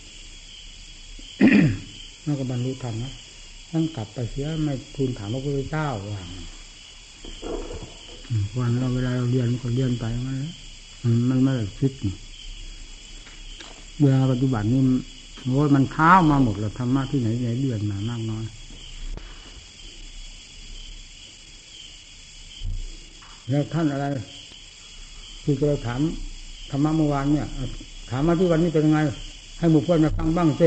Speaker 1: มันก็บรรลุธรรมนะท่านกลับไปเสียไม่ทูลถามพระพุทธเจ้าว่าวันเราเวลาเราเรียนก็เรียนไปมันมันไม่ได้คิดเวลาปฏิบัตินี่โอ้ยมันเท้ามาหมดแล้วธรรมะที่ไหนไหนเรียนมามากน้อยแล้วท่านอะไรคือเราถามธรรมะเมื่อวานเนี่ยถามมาที่วันนี้เป็นยังไงให้หมู่เพื่อนมาฟังบ้างสิ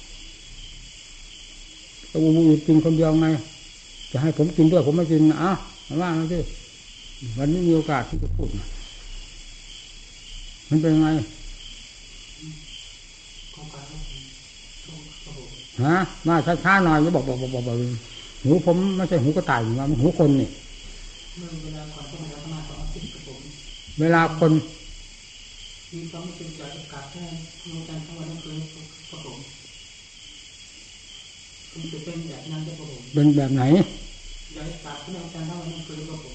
Speaker 1: ตัวมูกินคนเดียวไงจะให้ผมกินด้วยผมไม่กินอ่ะมาว่ามาสิวันนี้มีโอกาสที่จะพูดมันเป็นยังไงฮะมาช้าๆหน่อยจะบอกบอกบอกบอกหูผมไม่ใช่หูกระต่ายนะมันหูคนนี่เวลาคนมีความไม่เป็นใจกับการแค่ทำการทั้งวันทั้งคืนครับผมคุณจะเป็นแบบนั้นได้ครับผมเป็นแบบไหนใจกับที่ทำการทั้งวันทั้งคืนครับผม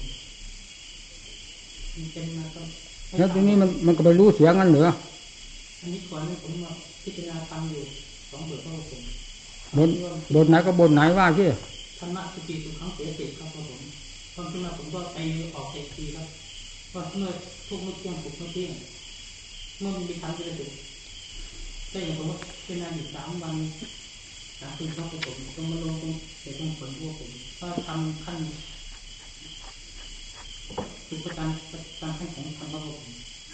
Speaker 1: มันเป็นมาต้องแล้วทีนี้มันมันก็ไปรู้เสียงั้นเหรออันนี้ก่อนผมมาพิจารณาฟังอยู่สองบทครับผมบทบทไหนก็บทไหนว่าที่ธรรมะสติสุขังเสียสิครับผมความที่มาผมก็ไปออกเอกทีครับว่าเมื่อทุกเมื่อเที่ยงทุกเมื่อเที่ยงเมื่อมีทางจะได้ถึงก็อย่างผมว่าเป็นนานอยู่สามวันสามคืนครับผมต้องมาลงตรงเดี๋ยวต้องผลพวกผมก็ทำขั้นคือประการการขั้นของทางพระผม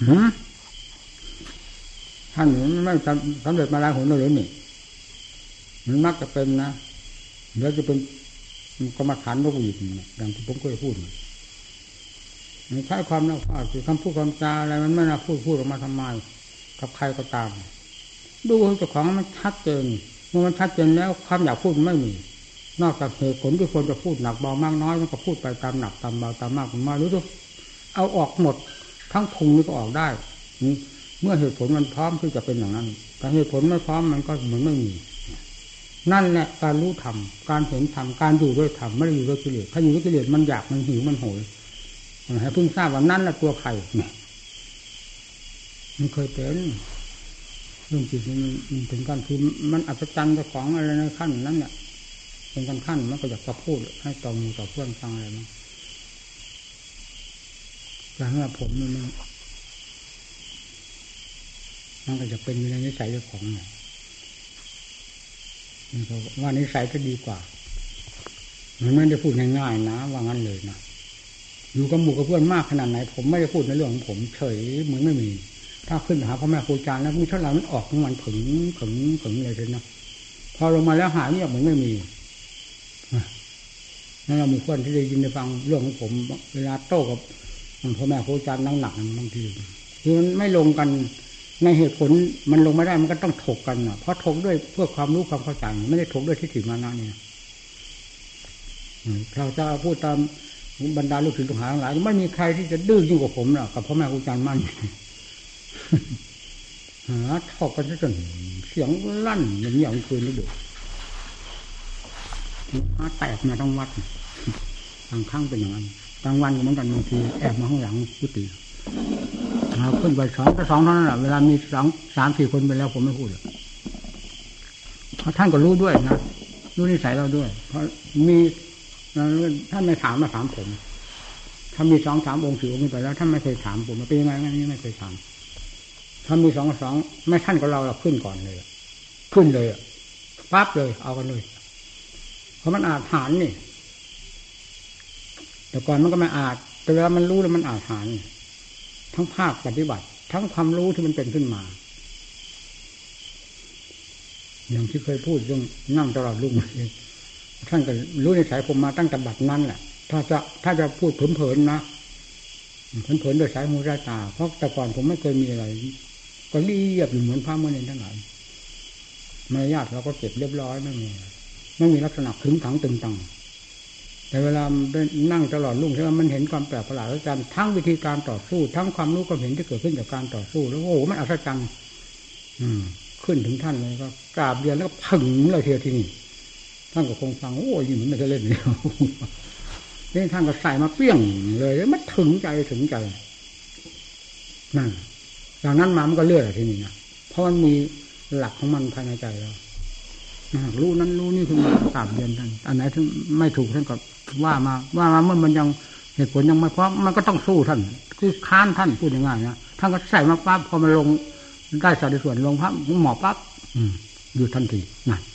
Speaker 1: ท่านนี้ไม่สำเร็จมาแล้วหนเลยนี่มันมักจะเป็นนะเดี๋ยวจะเป็นกรรมฐานพระผู้หญิงอย่างที่ผมเคยพูดใช้ความน่าฟังคือคำพูดคำจาอะไรมันไม่น่าพูดพูดออกมาทำไมกับใครก็ตามดูเจ้าของมันชัดเจนเมื่อมันชัดเจนแล้วความอยากพูดไม่มีนอกจากเหตุผลที่ควรจะพูดหนักเบามากน้อยมันก็พูดไปตามหนักตามเบาตามมากตามน้อยรู้ดูเอาออกหมดทั้งพุงนี่ก็ออกได้เมื่อเหตุผลมันพร้อมที่จะเป็นอย่างนั้นแต่เหตุผลไม่พร้อมมันก็เหมือนไม่มีนั่นแหละการรู้ธรรมการเห็นธรรมการอยู่ด้วยธรรมไม่ได้อยู่ด้วยกิเลสถ้าอยู่ด้วยกิเลสมันอยากมันหิวมันโหยให้เพิ่งทราบว่านั่นแหละตัวใครเนี่ยมันเคยเป็นเรื่องจิตมันถึงขั้นคือมันอัศจรรย์ของอะไรในขั้นนั้นเนี่ยเป็นขั้นขั้นมันก็อยากจะพูดให้ต่อมือต่อเพื่อนฟังอะไรมั้งอย่างนั้นผมมันมันก็จะเป็นในนิสัยเจ้าของเนี่ยว่านิสัยก็ดีกว่ามันไม่ได้พูดง่ายๆนะว่างั้นเลยนะอยู่กับหมู่กับเพื่อนมากขนาดไหนผมไม่ได้พูดในเรื่องของผมเฉยเหมือนไม่มีถ้าขึ้นหาพ่อแม่ครูอาจารย์แล้วมีเท่าไหร่มันออกของมันผึ่งผึ่งผึ่งเลยนะพอลงมาแล้วหายเงียบเหมือนไม่มีนั่นเรามีคนที่ได้ยินได้ฟังเรื่องของผมเวลาโต้กับพ่อแม่ครูอาจารย์หนักๆบางทีคือมันไม่ลงกันในเหตุผลมันลงไม่ได้มันก็ต้องถกกันอ่ะเพราะถกด้วยเพื่อความรู้ความเข้าใจไม่ได้ถกด้วยทิฏฐิมานะเนี่ยเราจะพูดตามบรรดาลูกศิษย์ลูกหาทั้งหลายไม่มีใครที่จะดื้อยิ่งกว่าผมหรอกกับพ่อแม่ครูอาจารย์มั่นหาถกกันจนเสียงลั่นอย่างนี้อย่างคืนนี่ดูหาแตกมาทั้งวัดบางครั้งเป็นอย่างนั้นกลางวันก็เหมือนกันบางทีแอบมาข้างหลังกุฏิเราขึ้นไปสองก็สองเท่านั้นแหละเวลามีสองสามสี่คนไปแล้วผมไม่พูดเพราะท่านก็รู้ด้วยนะรู้นิสัยเราด้วยเพราะมีท่านไม่ถามมาถามผมถ้ามีสองสามองค์สี่องค์ไปแล้วท่านไม่เคยถามผมมาเป็นยังไงงั้นนี่ไม่เคยถามถ้ามีสองสองไม่ท่านกับเราเราขึ้นก่อนเลยขึ้นเลยปั๊บเลยเอากันเลยเพราะมันอาจหารนี่แต่ก่อนมันก็ไม่อาจแต่เวลามันรู้แล้วมันอาจหารทั้งภาคปฏิบัติทั้งความรู้ที่มันเป็นขึ้นมาอย่างที่เคยพูดเรื่องนั่งตลอดรุ่งท่านก็รู้ในสายผมมาตั้งแต่บัดนั้นแหละถ้าจะถ้าจะพูดเผลอๆนะเผลอๆโดยสายหูสายตาเพราะแต่ก่อนผมไม่เคยมีอะไรก็เรียบเหมือนพระเมื่อเนรทั้งหลายมารยาทเราก็เก็บเรียบร้อยไม่มีไม่มีลักษณะขึงขังตึงตังแต่เวลานั่งตลอดรุ่งใช่ไหมมันเห็นความแปลกประหลาดอาจารย์ทั้งวิธีการต่อสู้ทั้งความรู้ความเห็นที่เกิดขึ้นจากการต่อสู้แล้วโอ้โหมันอัศจรรย์ขึ้นถึงท่านเลยก็กราบเรียนแล้วก็ผึ่งเลยเทียวที่นี่ท่านก็คงฟังโอ้ยมันไม่ได้เล่นเลยนี่ท่านก็ใส่มาเปี้ยงเลยมันถึงใจถึงใจนั่นจากนั้นมามันก็เลื่อนทีนี้นะเพราะมันมีหลักของมันภายในใจเรารู้นั้นรู้นี่คือมากราบเรียนท่านอันไหนถึงไม่ถูกท่านก็ว่ามาว่ามาเมื่อมันยังเหตุผลยังไม่พร้อมมันก็ต้องสู้ท่านคือค้านท่านพูดง่ายๆนะท่านก็ใส่มาปั๊บพอมาลงได้สัดส่วนลงพับหมอปั๊บอยู่ทันทีนั่น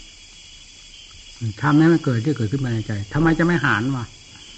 Speaker 1: ทำนั้นมันเกิดที่เกิดขึ้นมาในใจทำไมจะไม่หารวะ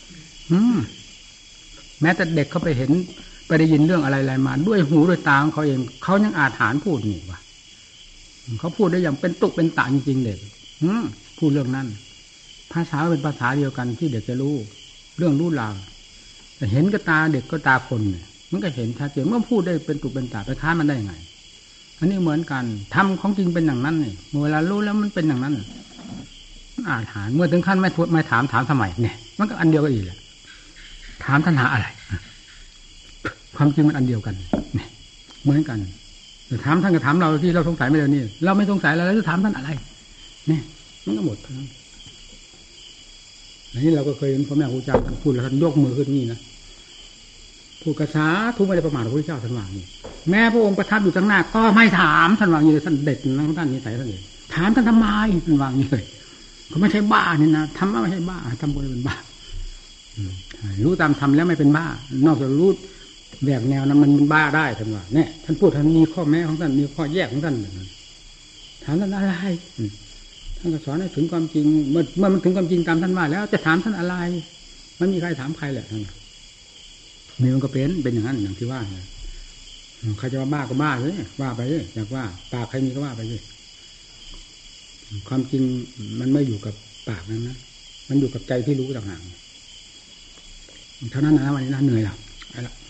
Speaker 1: แม้แต่เด็กเขาไปเห็นไปได้ยินเรื่องอะไรๆมาด้วยหูด้วยตาของเขาเองเขายังอาจหารพูดนี่วะเขาพูดได้อย่างเป็นตุกเป็นตาจริงๆเด็กพูดเรื่องนั้นภาษาเป็นภาษาเดียวกันที่เด็กจะรู้เรื่องรู้ราวแต่เห็นก็ตาเด็กก็ตาคนเนี่ยมันก็เห็นชัดเจนเมื่อพูดได้เป็นตุกเป็นตาไปค้านมันได้ยังไงอันนี้เหมือนกันทำของจริงเป็นอย่างนั้นนี่เวลารู้แล้วมันเป็นอย่างนั้นอาถรรพ์เมื่อถึงขั้นไม่พูดไม่ถามถามทำไมเนี่ยมันก็อันเดียวกันอีกแหละถามทันหาอะไรความจริงมันอันเดียวกันเนี่ยเหมือนกันแต่ถามท่านก็ถามเราที่เราสงสัยไม่เลยนี่เราไม่สงสัยแล้วจะถามท่านอะไรเนี่ยมันก็หมดทั้งอันนี้เราก็เคยเห็นพ่อแม่ครูอาจารย์พูดแล้วท่านยกมือขึ้นนี่นะพูดกระซาทุกไม่ได้ประมาทพระพุทธเจ้าท่านว่านี่แม้พระองค์ประทับอยู่ข้างหน้าก็ไม่ถามท่านว่าอย่างนี้ท่านเด็ดนะท่านนิสัยท่านเองถามท่านทำไมท่านว่าอย่างนี้เลยก็ไม่ใช่บ้านี่นะทำไม่ใช่บ้าทำบุญเป็นบ้ารู้ตามทำแล้วไม่เป็นบ้านอกจากรู้แหวกแนวนั้นมันเป็นบ้าได้ท่านว่าเนี่ยท่านพูดท่านมีข้อแม้ของท่านมีข้อแยกของท่านถามท่านอะไรท่านก็สอนให้ถึงความจริงเมื่อเมื่อมันถึงความจริงตามท่านว่าแล้วจะถามท่านอะไรไม่มีใครถามใครแหละท่านนี่มันก็เป็นเป็นอย่างนั้นอย่างที่ว่าใครจะว่าบ้าก็บ้าเลยว่าไปเลยอยากว่าปากใครมีก็ว่าไปเลยความจริงมันไม่อยู่กับปากนั้นนะมันอยู่กับใจที่รู้ต่างหากเท่านั้นนะวันนี้นะเหนื่อยแล้วไปละ